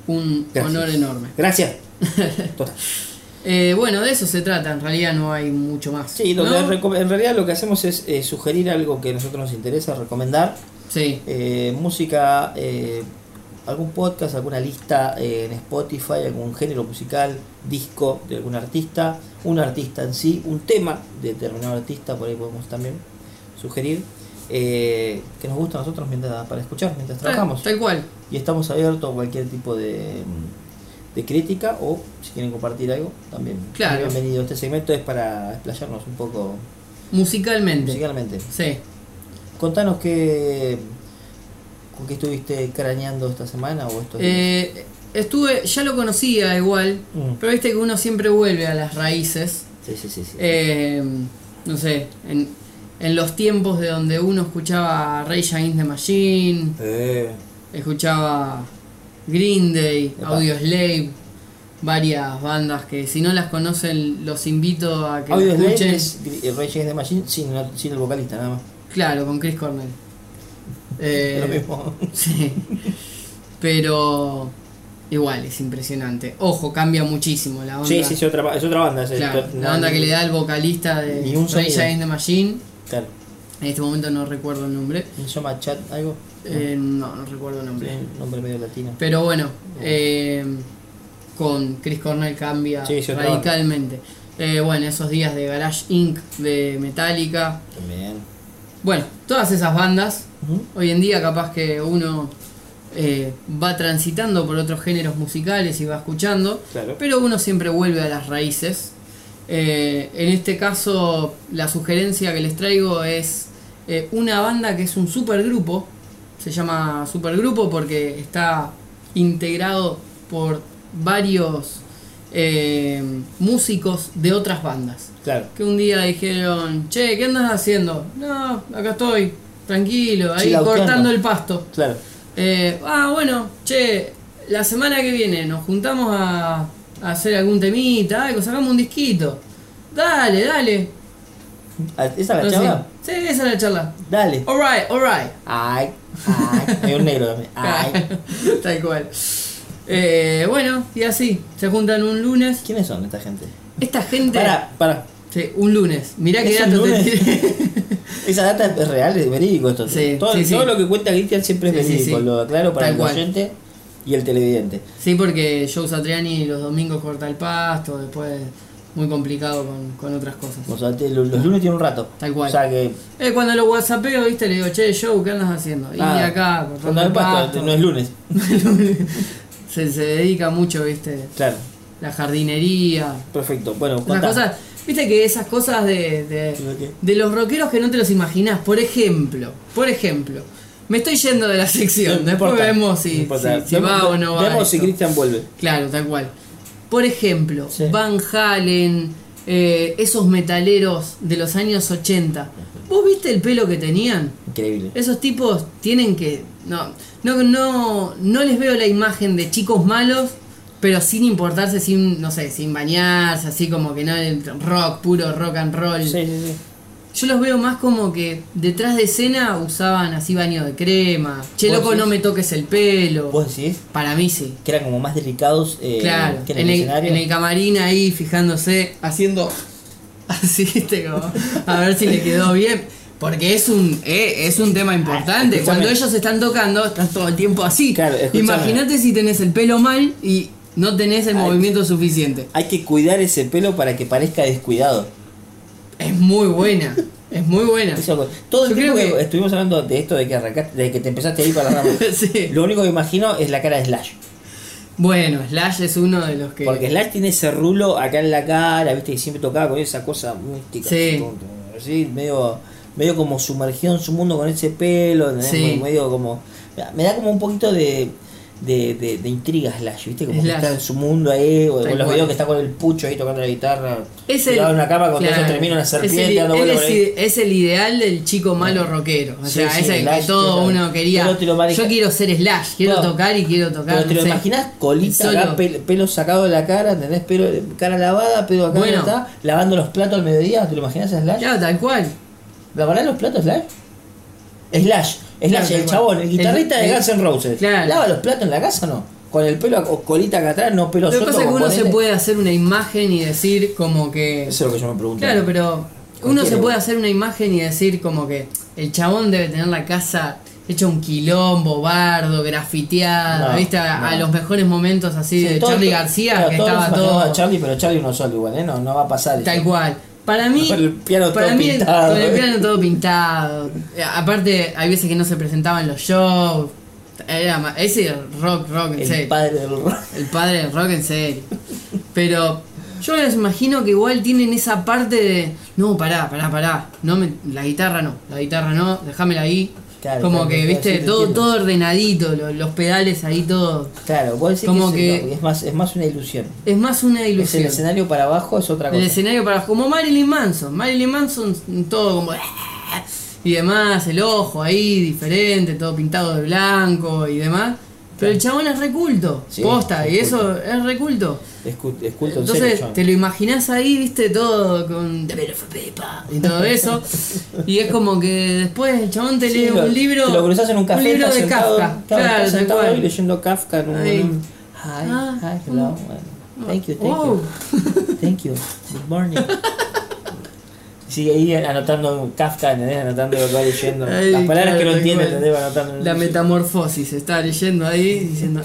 un honor enorme. Gracias. Total. Bueno, de eso se trata, en realidad no hay mucho más. Sí, en realidad lo que hacemos es sugerir algo que a nosotros nos interesa, recomendar. Sí. Música, algún podcast, alguna lista en Spotify, algún género musical, disco de algún artista, un artista en sí, un tema de determinado artista, por ahí podemos también sugerir, que nos gusta a nosotros para escuchar mientras trabajamos. Tal cual. Y estamos abiertos a cualquier tipo de crítica, o si quieren compartir algo, también. Claro. Bienvenido. Este segmento es para explayarnos un poco musicalmente. Sí. Contanos con qué estuviste craneando esta semana o estos días. Ya lo conocía igual, pero viste que uno siempre vuelve a las raíces. Sí. No sé, en los tiempos de donde uno escuchaba Rage Against the Machine, escuchaba Green Day, Audioslave, varias bandas que si no las conocen los invito a que escuchen. Es Rage Against the Machine sin el vocalista nada más. Claro, con Chris Cornell. Lo mismo. Sí. Pero igual es impresionante. Ojo, cambia muchísimo la onda. Sí, es otra banda. Claro, la onda que le da el vocalista de Rage Against the Machine. Claro. En este momento no recuerdo el nombre. ¿Se llama Chad algo? No recuerdo el nombre. Un nombre medio latino. Pero bueno, con Chris Cornell cambia radicalmente. Bueno, esos días de Garage Inc. de Metallica. También. Bueno, todas esas bandas, hoy en día capaz que uno va transitando por otros géneros musicales y va escuchando, claro. Pero uno siempre vuelve a las raíces. En este caso, la sugerencia que les traigo es una banda que es un supergrupo. Se llama supergrupo porque está integrado por varios músicos de otras bandas. Claro. Que un día dijeron, che, ¿qué andas haciendo? No, acá estoy, tranquilo, ahí cortando el pasto. Claro. Bueno, che, la semana que viene nos juntamos a hacer algún temita, algo, sacamos un disquito. Dale. ¿Esa es la charla? Sí, esa es la charla. Dale. Alright. Ay. Hay un negro también. Ay. Tal cual. Bueno, y así, se juntan un lunes. ¿Quiénes son esta gente? Esta gente... Para. Sí, un lunes. Mirá qué dato te tiré. Esa data es real, es verídico esto. Sí, todo lo que cuenta Cristian siempre es verídico, lo aclaro para el oyente y el televidente. Sí, porque Joe Satriani los domingos corta el pasto, después muy complicado con otras cosas. O sea, los lunes tiene un rato. Tal cual. O sea que... Cuando lo whatsappeo, viste, le digo, che, Joe, ¿qué andas haciendo? Y acá, cortando el pasto. No es lunes. se dedica mucho, viste. Claro. La jardinería. Perfecto. Bueno, esas cosas, viste que esas cosas de los rockeros que no te los imaginás. Por ejemplo, me estoy yendo de la sección. No después importa, vemos si va o no va. Vemos si Cristian vuelve. Claro, tal cual. Por ejemplo, Van Halen, esos metaleros de los años 80. ¿Vos viste el pelo que tenían? Increíble. Esos tipos tienen que... No les veo la imagen de chicos malos, pero sin importarse, sin bañarse, así como que no el rock, puro rock and roll. Sí. Yo los veo más como que detrás de escena usaban así baño de crema. Che, loco, no me toques el pelo. ¿Vos decís? Para mí sí. Que eran como más delicados claro, que en el escenario. En el camarín ahí fijándose, haciendo así, como, a ver si le quedó bien. Porque es un tema importante. Cuando ellos están tocando, están todo el tiempo así. Claro, imagínate si tenés el pelo mal y no tenés el movimiento suficiente. Hay que cuidar ese pelo para que parezca descuidado. Es muy buena. Todo el tiempo que estuvimos hablando de esto, de que arrancaste, de que te empezaste a ir para la rama. Sí. Lo único que imagino es la cara de Slash. Bueno, Slash es uno de los que... Porque Slash tiene ese rulo acá en la cara, viste, que siempre tocaba con esa cosa mística. Sí. Así, medio como sumergido en su mundo con ese pelo, sí. Medio como... Me da como un poquito de intriga Slash, ¿viste? Como que está en su mundo ahí, o los videos que está con el pucho ahí tocando la guitarra, tirado en una cama con todo eso termina una serpiente dando vueltas por ahí. Es el ideal del chico malo rockero, o sea, es el que todo uno quería. Yo quiero ser Slash, quiero tocar y quiero tocar. Pero te lo imaginas colita acá, pelo sacado de la cara, ¿entendés? Cara lavada, pelo acá, está, lavando los platos al mediodía, ¿te lo imaginas a Slash? Ya, tal cual. ¿Lavarán los platos Slash? Slash, el chabón, el guitarrista de Guns N' Roses. Claro. ¿Lava los platos en la casa o no? con el pelo o colita acá atrás, no pelo Lo que suelto. pasa es que uno se ponele. puede hacer una imagen y decir como que... Eso es lo que yo me pregunto. Claro, pero uno Cualquiera. se puede hacer una imagen y decir como que el chabón debe tener la casa hecha un quilombo, bardo, grafiteada, No, ¿viste? A no. los mejores momentos así Sí, de todo- Charly todo- García, claro, que todos estaba nos imaginamos todo a Charlie, pero Charlie uno solo igual, no va a pasar tal eso. cual. Para mí, Con el piano para todo mí pintado, con el piano todo pintado. Aparte, hay veces que no se presentaban los shows. Ese rock en El serio. padre del rock. El padre del rock en serio. Pero yo me los imagino que igual tienen esa parte de... No, pará. La guitarra no, déjamela ahí. Claro, Como claro, que, claro, viste, sí, te todo entiendo. ordenadito, los pedales ahí todo. Claro, vos decís Como que, que- es más una ilusión. Es más una Es el ilusión. escenario para abajo, es otra cosa. El escenario para... Como Marilyn Manson todo como... Y demás, el ojo ahí diferente, todo pintado de blanco y demás. Pero el chabón es reculto, Sí, posta, es y culto. eso es reculto. Es culto en serio, Entonces John. te lo imaginás ahí, viste, todo con The Bell of Pepa y todo eso. Y es como que después el chabón te lee Sí, un libro. te lo cruzás en un café, libro estás de sentado, Kafka. claro, Claro, estás tal sentado ahí cual. leyendo Kafka en un... Ahí. Hi, hello. Thank you. Oh. Thank you. Good morning. Sigue ahí anotando Kafka, ¿entendés? Anotando lo que va leyendo. Ay, Las palabras claro, que no tal entiende, cual. ¿entendés? Va anotando. La metamorfosis, está leyendo ahí diciendo,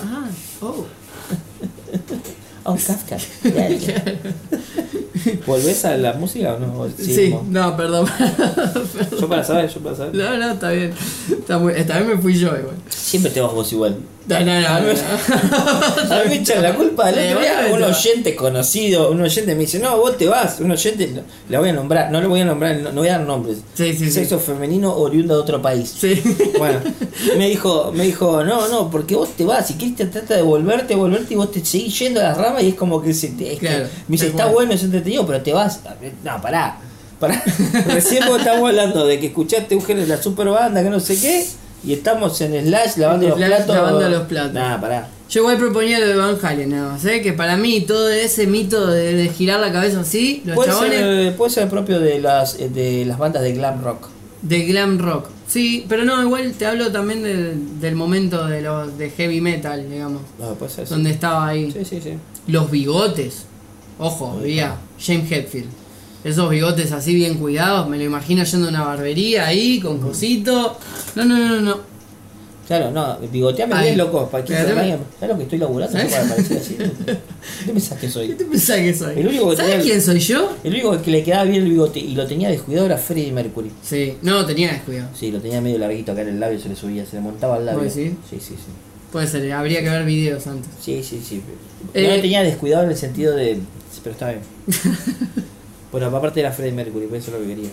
Oh, Kafka. Yeah. ¿Volvés a la música o no? ¿O Sí, seguimos? no, perdón. Yo para saber. No, está bien. Esta vez me fui yo igual. Siempre te vas vos igual. No. A mí me echan la culpa. El otro día un oyente conocido, un oyente me dice, no, vos te vas. Un oyente, la voy a nombrar, no le voy a nombrar, no voy a dar nombres. Sí. Sexo femenino oriundo de otro país. Sí. Bueno, me dijo, no, porque vos te vas y Cristian trata de volverte y vos te seguís yendo a las ramas y es como que Claro, me dice, tal está cual. bueno, es entretenido, pero te vas. No, pará. Recién vos estamos hablando de que escuchaste un género de la super banda, que no sé qué, y estamos en Slash lavando los Slash platos. lavando los platos. Nah, pará. Yo igual proponía lo de Van Halen, nada más, que para mí todo ese mito de girar la cabeza así, los chabones Puede ser propio de las bandas de glam rock. de glam rock. Sí, pero no, igual te hablo también del momento de los de heavy metal, digamos, No, puede ser. Sí. donde estaba ahí. Sí. Los bigotes. Ojo, veía James Hetfield. Esos bigotes así bien cuidados, me lo imagino yendo a una barbería ahí con cosito. No. Claro, no, bigoteame Ahí. bien, loco. ¿Para qué? Bigoteame. ¿Sabes lo que estoy laburando? ¿Sabes? Para parecer así. ¿Qué pensás que ¿Qué soy? te pensás que soy? El único que ¿Sabes tenía- quién soy yo? El único que le quedaba bien el bigote y lo tenía descuidado era Freddie Mercury. Sí, no, tenía descuidado. Sí, lo tenía medio larguito acá en el labio, se le subía, se le montaba al labio. ¿Vos decís? Sí. Puede ser, habría que ver videos antes. Sí. No Eh, lo tenía descuidado en el sentido de... Pero está bien. Bueno, aparte era Freddie Mercury, por eso es lo que quería.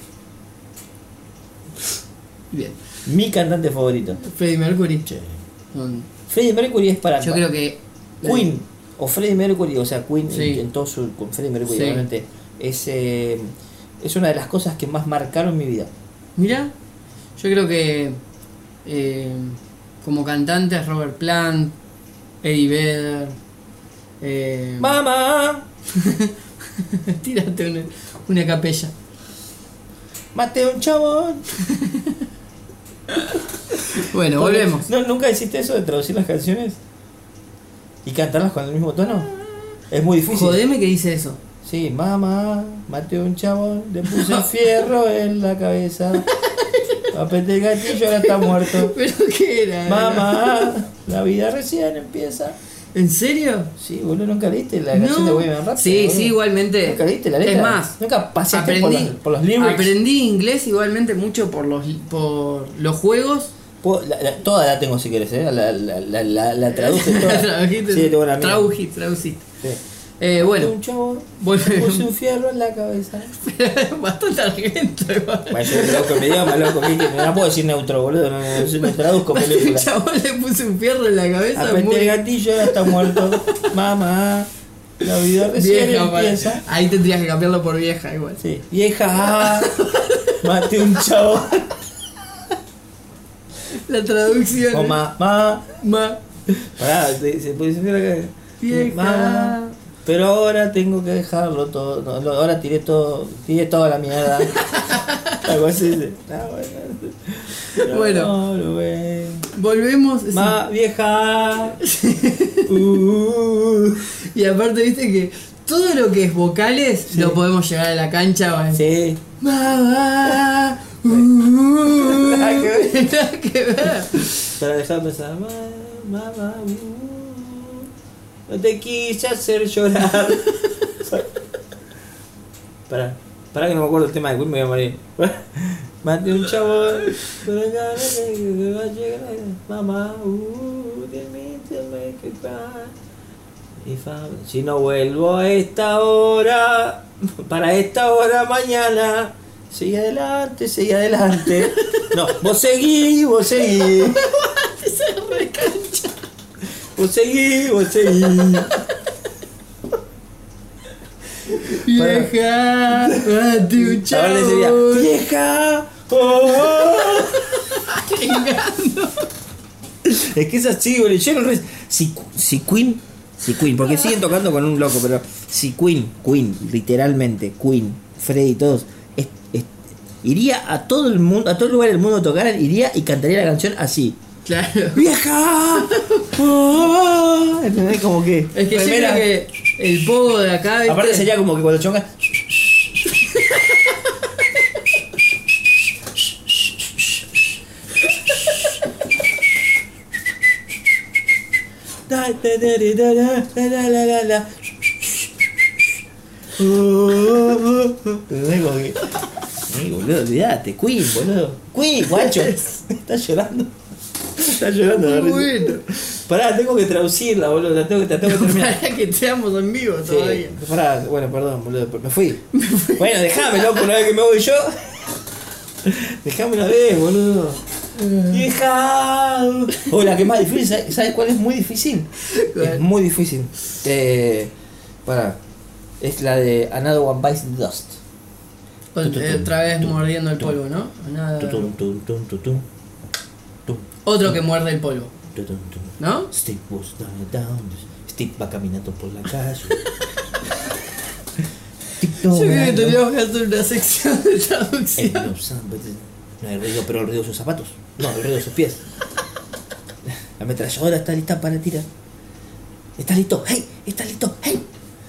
Bien. Mi cantante favorito. Freddie Mercury. Che. Son- Freddie Mercury es para... Yo creo que Queen o Freddie Mercury, o sea, Queen Sí. en todo su... Con Freddie Mercury, Sí. obviamente, es una de las cosas que más marcaron mi vida. Mira, yo creo que como cantantes Robert Plant, Eddie Vedder, ¡Mamá! tírate una capella. ¡Maté a un chabón! Bueno, volvemos. ¿No, ¿Nunca hiciste eso de traducir las canciones? ¿Y cantarlas con el mismo tono? Es muy difícil. Jodeme que dice eso. Sí, mamá, maté a un chabón, le puse un fierro en la cabeza. Apreté el gatillo, ahora está muerto. ¿Pero qué era? Mamá, la vida recién empieza. ¿En serio? Sí, boludo, ¿nunca leíste la canción de Bohemian Rhapsody? Sí, boludo? sí, igualmente. ¿Nunca leíste la letra? Es más, ¿Nunca paseaste por los lyrics? aprendí inglés igualmente mucho por los juegos. Toda la tengo si querés, ¿eh? La traduje toda. Trajiste- Sí, tengo una amiga. traduciste. Sí. Bueno, Un chabón, le volvemos. puse un fierro en la cabeza. Bastante argento igual. Bueno, yo traduzco mi idioma, loco, no puedo decir neutro, boludo, no traduzco El película. chabón le puse un fierro en la cabeza. Apreté muy el gatillo, ahora está muerto. Mamá, la vida recién vieja, empieza. ahí tendrías que cambiarlo por vieja igual. Sí. Vieja, maté un chabón. La traducción. O mamá. Ma, Pará, se puede decir acá. vieja. Mamá. Pero ahora tengo que dejarlo todo. No, ahora tiré toda la mierda. Algo así. No, bueno. Bueno, No lo ven. volvemos. Más vieja. Y aparte, viste que todo lo que es vocales lo podemos llevar a la cancha. ¿Vale? Sí. Mamá. Nada que ver. Nada que ver. Para dejar pensar. Mamá. No te quise hacer llorar. Para que no me acuerdo el tema de Queen, me voy a morir. Mate un chavo. Mamá. Didn't mean to make you cry. Si no vuelvo a esta hora, para esta hora mañana, sigue adelante. No, vos seguí. Vos seguí. Vieja, mate un chavo. Ahora le diría, vieja. Chingando. Es que es así, boludo. Yo no si Queen, porque siguen tocando con un loco, pero si Queen, literalmente, Queen, Freddy y todos, iría a todo el mundo, a todo lugar del mundo a tocar, iría y cantaría la canción así. Claro. ¡Vieja! ¿Entendés? Como que. Es que yo creo que el pogo de acá. ¿viste? Aparte sería como que cuando chonga. Boludo, olvídate, Queen, boludo. Queen, guacho. Estás llorando. Muy bueno. Pará, tengo que traducirla, boludo. La tengo que terminar. Para que estemos en vivo todavía. Sí, pará, bueno, perdón, boludo. Me fui. Bueno, déjame, loco, una vez que me voy yo. Déjame una vez, boludo. Vieja. O la que es más difícil, ¿sabes cuál es muy difícil? ¿Cuál? Es muy difícil. Pará. Es la de Another One Bites the Dust. Otra vez mordiendo el polvo, ¿no? Nada. Otro que muerde el polvo, ¿no? Steve was down. Steve va caminando por la calle. Yo creo que teníamos que hacer una sección de traducción. No el ruido, pero el ruido de sus zapatos. No, el ruido de sus pies. La ametralladora está lista para tirar. ¿Estás listo? ¡Hey! ¿Estás listo? ¡Hey!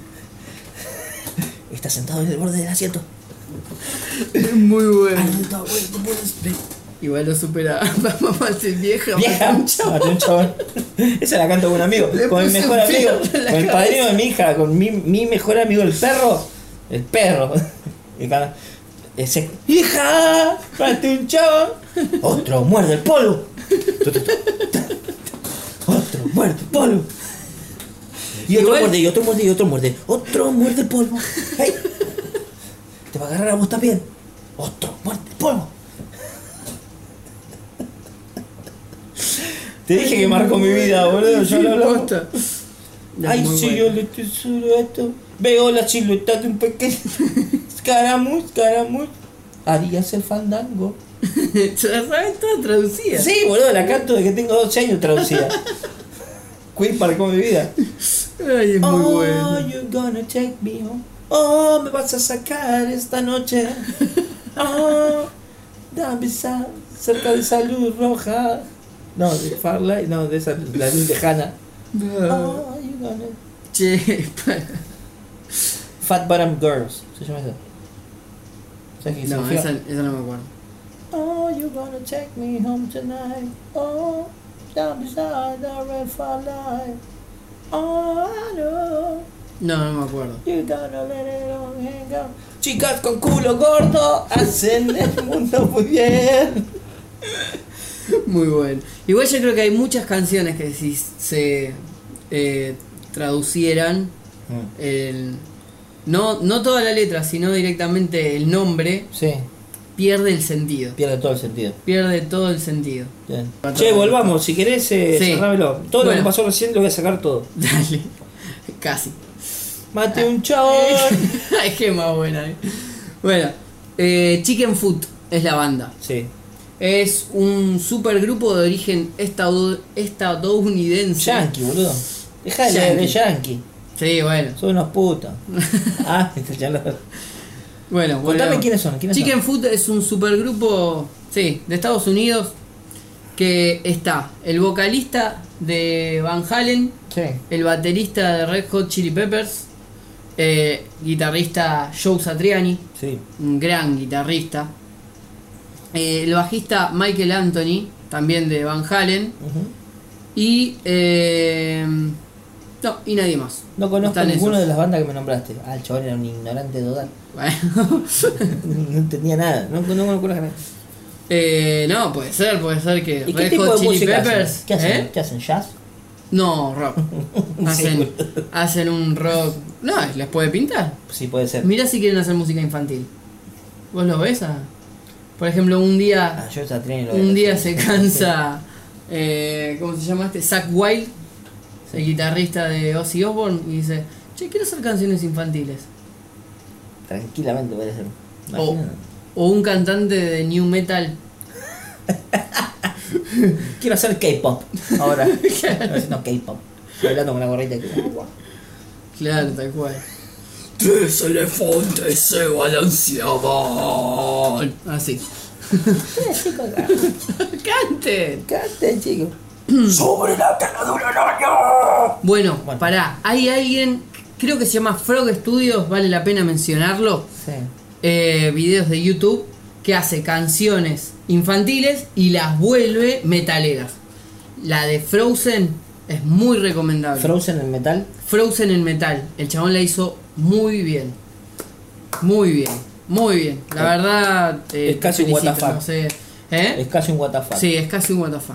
Está sentado en el borde del asiento. Es muy bueno. No puedes. Igual lo supera. Mamá, es vieja. Vieja, mate un chabón. Esa la canto con un amigo. Con mi mejor amigo. Con el padrino de mi hija. Con mi mejor amigo, el perro. El perro. Ese. ¡Hija! ¡Mate un chabón! Otro muerde el polvo. Otro muerde el polvo. Y otro muerde, y otro muerde, y otro muerde. Otro muerde el polvo. ¡Hey! Te va a agarrar a vos también. Otro muerde el polvo. Te dije que marcó mi vida, boludo. Yo lo hablo. Ay, sí, yo le tesoro esto. Veo la silueta de un pequeño escaramuz. Harías el fandango. ¿La sabes toda traducida? Sí, boludo, la canto desde que tengo 12 años traducida. Queen marcó mi vida. Ay, es muy bueno. Oh, you're gonna take me home. Oh, me vas a sacar esta noche. Oh, dame cerca de esa luz roja. No, de Farlight, no, de esa la luz lejana. Oh, you're gonna... Che, para. Fat Bottom Girls, se llama esa. ¿Sabes qué No, significa? esa no me acuerdo. Oh, you're gonna take me home tonight. Oh, down beside the red Farlight. Oh, I know. No me acuerdo. You gonna let it all hang out. Chicas con culo gordo hacen el mundo muy bien. Muy bueno. Igual yo creo que hay muchas canciones que si se traducieran no toda la letra, sino directamente el nombre, Sí, pierde el sentido. pierde todo el sentido. Pierde todo el sentido. Bien. Che, volvamos, si querés, Sí. cerrámelo. Todo lo Bueno. que pasó recién lo voy a sacar todo. Dale. Casi. Mate un chabón. Ay, qué más buena. Bueno, Chicken Foot es la banda. Sí. Es un supergrupo de origen estadounidense. Yankee, boludo. Dejá de leer de Yankee. Sí, bueno. Son unos putos. Ya lo... Bueno, Contame bueno. quiénes son. Chicken Foot es un supergrupo, sí, de Estados Unidos. que está el vocalista de Van Halen, Sí. el baterista de Red Hot Chili Peppers, guitarrista Joe Satriani, Sí. un gran guitarrista, el bajista Michael Anthony, también de Van Halen, Ujú. y no, y nadie más. No conozco Están ninguna esos. de las bandas que me nombraste. Ah, el chaval era un ignorante total. Bueno. No entendía nada. No conozco a nadie. No, puede ser que ¿Y qué Red tipo Hot de Chili música Peppers, hacen? ¿Qué hacen? ¿eh? ¿Qué hacen? ¿Jazz? No, rock. Hacen un rock. No, les puede pintar. Sí, puede ser. Mirá si quieren hacer música infantil. ¿Vos lo ves? Por ejemplo, un día Ah, yo Satriani lo un veo. día se cansa ¿cómo se llama este? Zack Wild, el guitarrista de Ozzy Osbourne, y dice, che, quiero hacer canciones infantiles. Tranquilamente puede ser. O, Imagina. o un cantante de new metal. Quiero hacer K-pop. Ahora. Haciendo K-pop. Bailando con la gorrita que. Claro, tal cual. 3 elefantes se balanceaban. Así. Chicos, ¡Canten! canten, chicos. Sobre la cara de una araña. Bueno, Bueno. pará. Hay alguien, creo que se llama Frog Studios, vale la pena mencionarlo. Sí. Videos de YouTube que hace canciones infantiles y las vuelve metaleras. La de Frozen es muy recomendable. Frozen en metal. Frozen en metal. El chabón la hizo muy bien. Muy bien. Muy bien. La verdad. Es casi un felicito, WTF. no sé. ¿Eh? Es casi un WTF. Sí, es casi un WTF.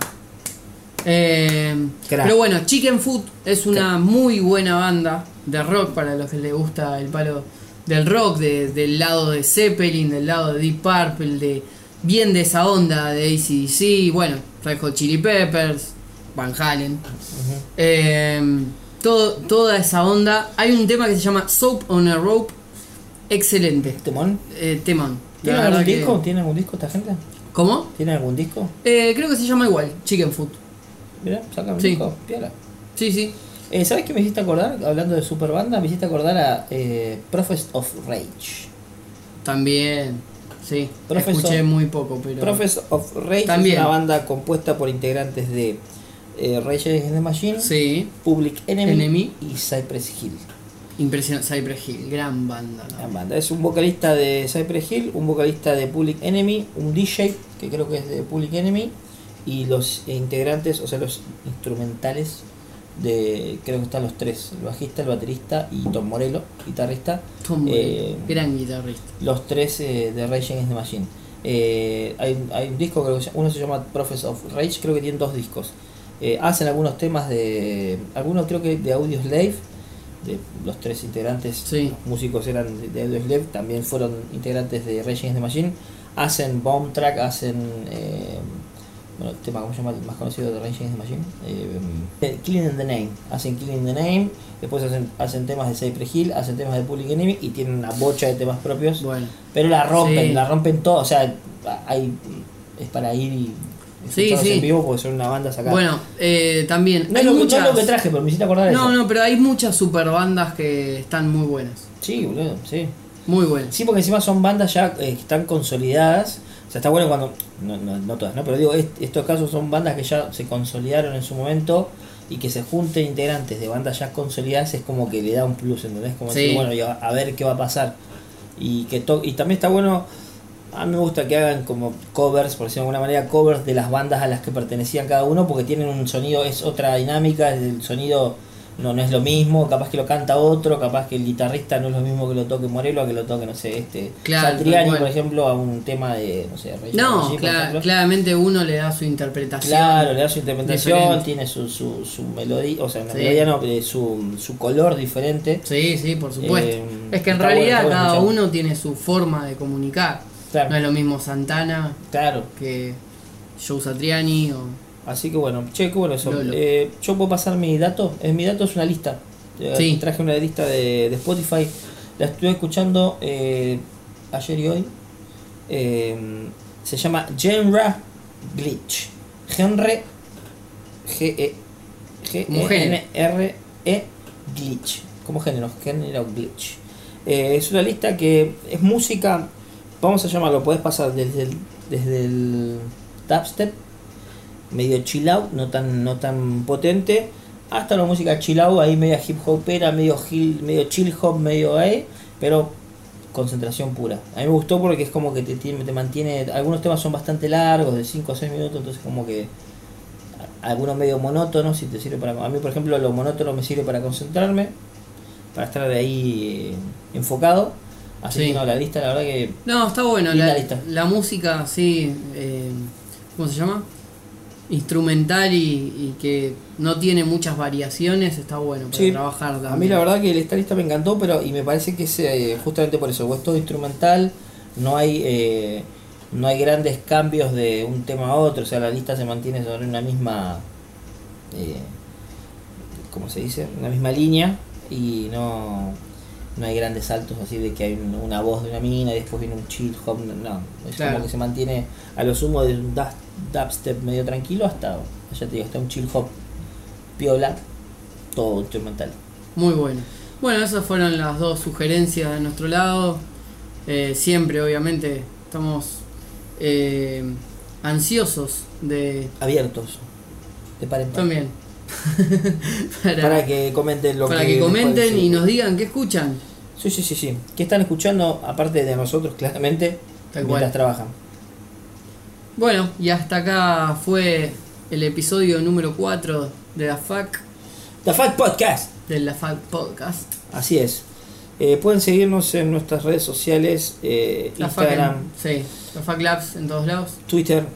Crack. Pero bueno, Chicken Foot es una muy buena banda de rock para los que les gusta el palo del rock, del lado de Zeppelin, del lado de Deep Purple, bien de esa onda de AC/DC, bueno, Red Hot Chili Peppers, Van Halen. Ujú. Toda esa onda. Hay un tema que se llama Soap on a Rope, excelente. ¿Temón? Temón. ¿Tiene La algún verdad que- disco? ¿Tiene algún disco esta gente? ¿Cómo? ¿Tiene algún disco? Creo que se llama igual, Chicken Foot. Mira, saca un Sí. disco. Piola. Sí, sí. ¿Sabes qué me hiciste acordar? Hablando de super banda, me hiciste acordar a Prophets of Rage. También. Sí. Profesor- Escuché muy poco, pero. Prophets of Rage También. es una banda compuesta por integrantes de Rage Against the Machine, Sí. Public Enemy, Enemy. y Cypress Hill. Impresionante. Cypress Hill, gran banda. ¿no? La banda. Es un vocalista de Cypress Hill, un vocalista de Public Enemy, un DJ que creo que es de Public Enemy, y los integrantes, o sea, los instrumentales de, creo que están los tres, el bajista, el baterista y Tom Morello, guitarrista. Tom Eh, Morello, gran guitarrista. Los tres de Rage Against the Machine. Hay un disco, creo que uno se llama Prophets of Rage, creo que tienen 2 discos. Hacen algunos temas algunos creo que de Audioslave, de los 3 integrantes, Sí. los músicos eran de Audioslave, también fueron integrantes de Rage Against the Machine. Hacen Bomb Track, hacen bueno, el tema, ¿cómo se llama? El más conocido de Rage Against the Machine. Killing in the Name. Hacen Killing in the Name, después hacen temas de Cypress Hill, hacen temas de Public Enemy y tienen una bocha de temas propios. Bueno. Pero Sí. la rompen todo, o sea, es para ir y Sí, escucharlos sí. en vivo porque son una banda sacada. Bueno, también. no hay es lo muchas... que traje, pero me hiciste acordar de No, eso. no, pero hay muchas super bandas que están muy buenas. Sí, boludo, sí. Muy buenas. Sí, porque encima son bandas ya que están consolidadas. O sea, está bueno cuando. No todas, ¿no? Pero digo, estos casos son bandas que ya se consolidaron en su momento y que se junten integrantes de bandas ya consolidadas es como que le da un plus, ¿entendés? Como Sí. decir, bueno, y a ver qué va a pasar. Y y también está bueno. A mí me gusta que hagan como covers, por decirlo de alguna manera, covers de las bandas a las que pertenecían cada uno, porque tienen un sonido, es otra dinámica, el sonido no es lo mismo, capaz que lo canta otro, capaz que el guitarrista no es lo mismo que lo toque Morello, a que lo toque, no sé, Claro, Satriani, tal cual. por ejemplo, a un tema de, no sé, Rage Against the No, Machine, por ejemplo. claramente uno le da su interpretación. Claro, le da su interpretación, diferente. tiene su melodía, o sea, la Sí. melodía no, su color diferente. Sí, sí, por supuesto. Es que en está realidad bueno cada escuchar. uno tiene su forma de comunicar. Claro, No es lo mismo Santana claro. que Joe Satriani o... Así que bueno, che, qué bueno eso. Lolo. Yo puedo pasar mi dato. Mi dato es una lista. Sí. Traje una lista de Spotify. La estuve escuchando ayer y hoy. Se llama Genre Glitch. Genre Como género. G-E-N-R-E Glitch. Como género Glitch. Es una lista que es música. Vamos a llamarlo, podés pasar desde el dubstep, medio chill out, no tan potente, hasta la música chill out, ahí media hip hopera, medio chill hop, medio ahí, pero concentración pura. A mí me gustó porque es como que te mantiene, algunos temas son bastante largos, de 5 o 6 minutos, entonces como que algunos medio monótonos, si te sirve para... A mí, por ejemplo, lo monótono me sirve para concentrarme, para estar de ahí enfocado. Así Sí. que no, la lista, la verdad que... No, está bueno. Linda lista. La música, sí. ¿Cómo se llama? Instrumental y que no tiene muchas variaciones, está bueno para Sí, trabajar también. a mí la verdad que esta lista me encantó, y me parece que es justamente por eso, es todo instrumental, no hay grandes cambios de un tema a otro, o sea, la lista se mantiene sobre una misma, ¿cómo se dice? Una misma línea, y no hay grandes saltos así de que hay una voz de una mina y después viene un chill hop, no, es Claro. como que se mantiene a lo sumo de un dubstep medio tranquilo hasta, ya te digo, hasta un chill hop piola, todo instrumental. Muy bueno. Bueno, esas fueron las dos sugerencias de nuestro lado. Siempre, obviamente, estamos ansiosos de... Abiertos, de par en par. También. Para que comenten lo para que que les comenten parece. y nos digan qué escuchan. Sí. ¿Qué están escuchando aparte de nosotros, claramente, Tal mientras cual. trabajan? Bueno, y hasta acá fue el episodio número 4 de la FAC, The Fact Podcast. del La FAC Podcast. Así es. Pueden seguirnos en nuestras redes sociales, La FAC Instagram, sí, la FAC Labs en todos lados. Twitter,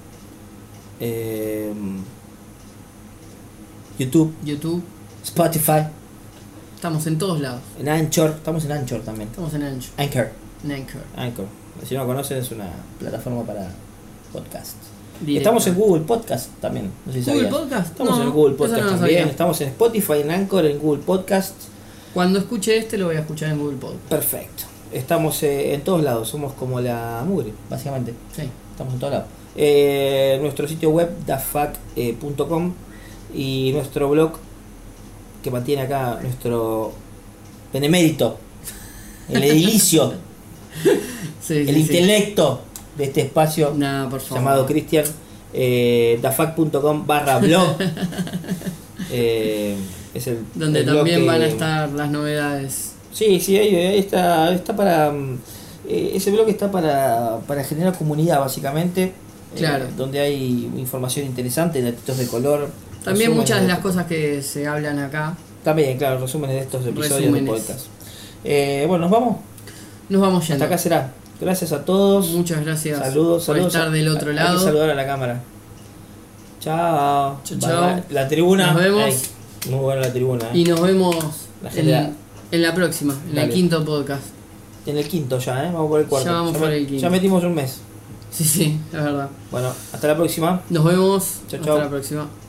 YouTube, YouTube, Spotify, estamos en todos lados. en Anchor. Estamos en Anchor también. Estamos en Anchor. Anchor. Si no conocen, es una plataforma para podcast. Directo. Estamos en Google Podcast también. No sé si ¿Google sabías. Podcast? Estamos No, en Google eso Podcast no lo también. sabía. Estamos en Spotify, en Anchor, en Google Podcast. Cuando escuche este lo voy a escuchar en Google Podcast. Perfecto. Estamos en todos lados. Somos como la mugre, básicamente. Sí. Estamos en todos lados. Nuestro sitio web, dafac.com, y nuestro blog que mantiene acá nuestro benemérito, el edilicio, Sí, el sí. intelecto de este espacio Nada, por favor. llamado Cristian, dafac.com/blog. Es Donde el blog también que- van a estar las novedades. Sí, ahí está para... ese blog está para generar comunidad, básicamente. Claro. Donde hay información interesante, datitos de color. También resúmenes muchas de las cosas que se hablan acá. También, claro, resúmenes de estos episodios Resúmenes. de podcast. Bueno, nos vamos. Nos vamos yendo. Hasta acá será. Gracias a todos. Muchas gracias Saludos. por estar del otro Hay lado. que saludar a la cámara. Chao. Chao, Bye, chao. bye. La tribuna. Nos vemos. Ay, muy buena la tribuna. Y nos vemos La gente en la próxima, en Dale. el quinto podcast. En el quinto ya, Vamos por el cuarto. Ya vamos por el quinto. Ya metimos un mes. Sí, es verdad. Bueno, hasta la próxima. Nos vemos. Chao, Hasta chao. la próxima.